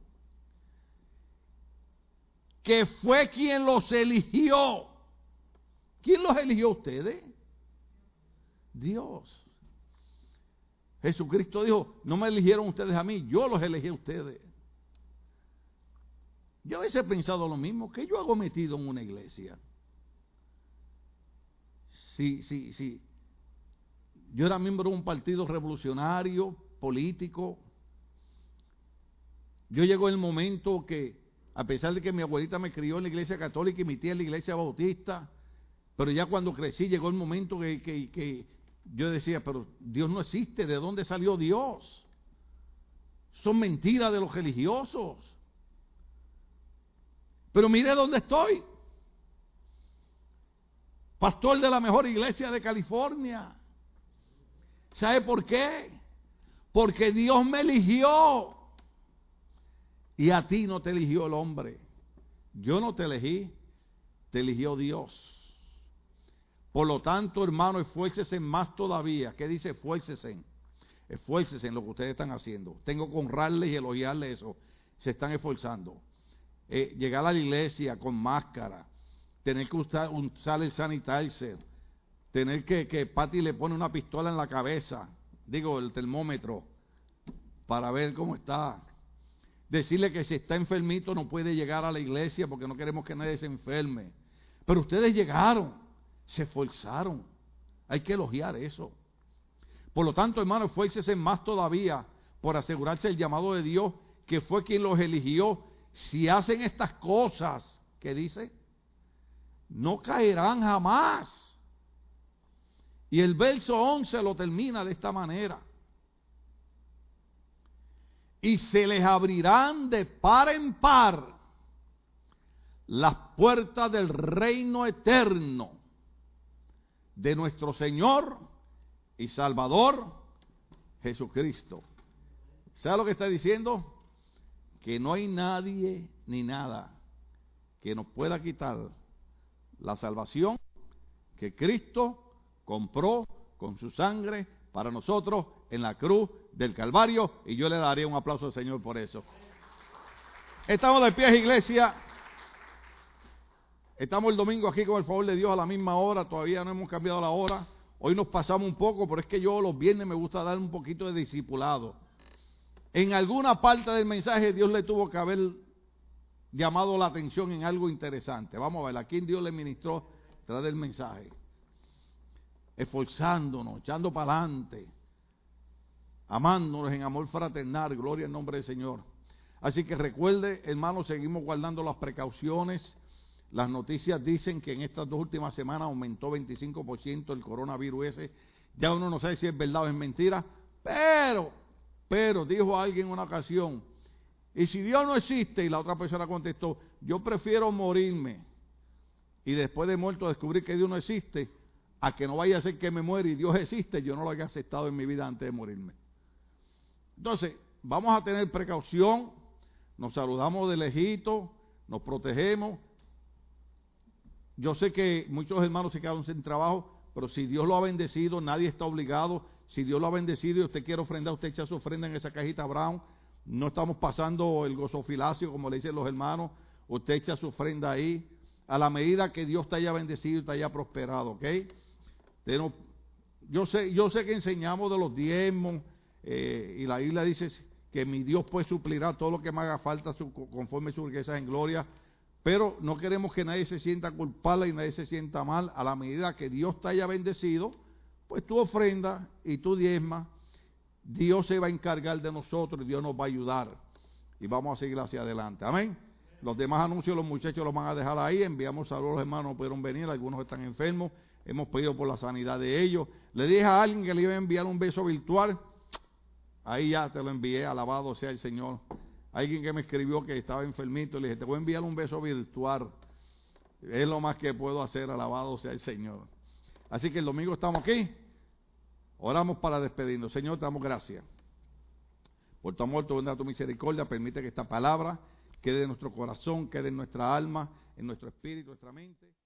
Speaker 1: Que fue quien los eligió. ¿Quién los eligió a ustedes? Dios. Jesucristo dijo, no me eligieron ustedes a mí, yo los elegí a ustedes. Yo a veces he pensado lo mismo, ¿qué yo hago metido en una iglesia? Sí. Yo era miembro de un partido revolucionario, político. Yo llegó el momento que, a pesar de que mi abuelita me crió en la iglesia católica y mi tía en la iglesia bautista, pero ya cuando crecí llegó el momento que yo decía, pero Dios no existe, ¿de dónde salió Dios? Son mentiras de los religiosos. Pero mire dónde estoy. Pastor de la mejor iglesia de California. ¿Sabe por qué? Porque Dios me eligió. Y a ti no te eligió el hombre. Yo no te elegí, te eligió Dios. Por lo tanto, hermano, esfuércese más todavía. ¿Qué dice esfuércese? Esfuércese en lo que ustedes están haciendo. Tengo que honrarles y elogiarles eso. Se están esforzando. Llegar a la iglesia con máscara. Tener que usar el sanitizer. Tener que Pati le pone una pistola en la cabeza. Digo, el termómetro. Para ver cómo está. Decirle que si está enfermito no puede llegar a la iglesia porque no queremos que nadie se enferme. Pero ustedes llegaron, se esforzaron. Hay que elogiar eso. Por lo tanto, hermano, esfuércese más todavía por asegurarse el llamado de Dios, que fue quien los eligió. Si hacen estas cosas, ¿qué dice? No caerán jamás. Y el verso 11 lo termina de esta manera. Y se les abrirán de par en par las puertas del reino eterno de nuestro Señor y Salvador Jesucristo. ¿Sabe lo que está diciendo? Que no hay nadie ni nada que nos pueda quitar la salvación que Cristo compró con su sangre para nosotros en la cruz del Calvario, y yo le daré un aplauso al Señor por eso. Estamos de pie, iglesia. Estamos el domingo aquí con el favor de Dios a la misma hora, todavía no hemos cambiado la hora. Hoy nos pasamos un poco, pero es que yo los viernes me gusta dar un poquito de discipulado. En alguna parte del mensaje Dios le tuvo que haber llamado la atención en algo interesante. Vamos a ver, ¿a quién Dios le ministró tras del mensaje? Esforzándonos, echando para adelante, amándonos en amor fraternal, gloria al nombre del Señor. Así que recuerde, hermanos, seguimos guardando las precauciones. Las noticias dicen que en estas 2 últimas semanas aumentó 25% el coronavirus ese. Ya uno no sabe si es verdad o es mentira, pero dijo alguien en una ocasión, y si Dios no existe, y la otra persona contestó, yo prefiero morirme y después de muerto descubrir que Dios no existe, a que no vaya a ser que me muera y Dios existe, yo no lo haya aceptado en mi vida antes de morirme. Entonces, vamos a tener precaución, nos saludamos de lejito, nos protegemos. Yo sé que muchos hermanos se quedaron sin trabajo, pero si Dios lo ha bendecido, nadie está obligado. Si Dios lo ha bendecido y usted quiere ofrendar, usted echa su ofrenda en esa cajita brown. No estamos pasando el gozofilacio, como le dicen los hermanos. Usted echa su ofrenda ahí, a la medida que Dios te haya bendecido y te haya prosperado, ¿ok? Yo sé que enseñamos de los diezmos, y la Biblia dice que mi Dios pues suplirá todo lo que me haga falta conforme sus riquezas en gloria. Pero no queremos que nadie se sienta culpable y nadie se sienta mal. A la medida que Dios te haya bendecido, pues tu ofrenda y tu diezma, Dios se va a encargar de nosotros y Dios nos va a ayudar. Y vamos a seguir hacia adelante. Amén. Los demás anuncios los muchachos los van a dejar ahí. Enviamos saludos a los hermanos, no pudieron venir, algunos están enfermos. Hemos pedido por la sanidad de ellos. Le dije a alguien que le iba a enviar un beso virtual. Ahí ya te lo envié, alabado sea el Señor. Alguien que me escribió que estaba enfermito, le dije, te voy a enviar un beso virtual. Es lo más que puedo hacer, alabado sea el Señor. Así que el domingo estamos aquí, oramos para despedirnos. Señor, te damos gracias por tu amor, tu bondad, tu misericordia. Permite que esta palabra quede en nuestro corazón, quede en nuestra alma, en nuestro espíritu, nuestra mente.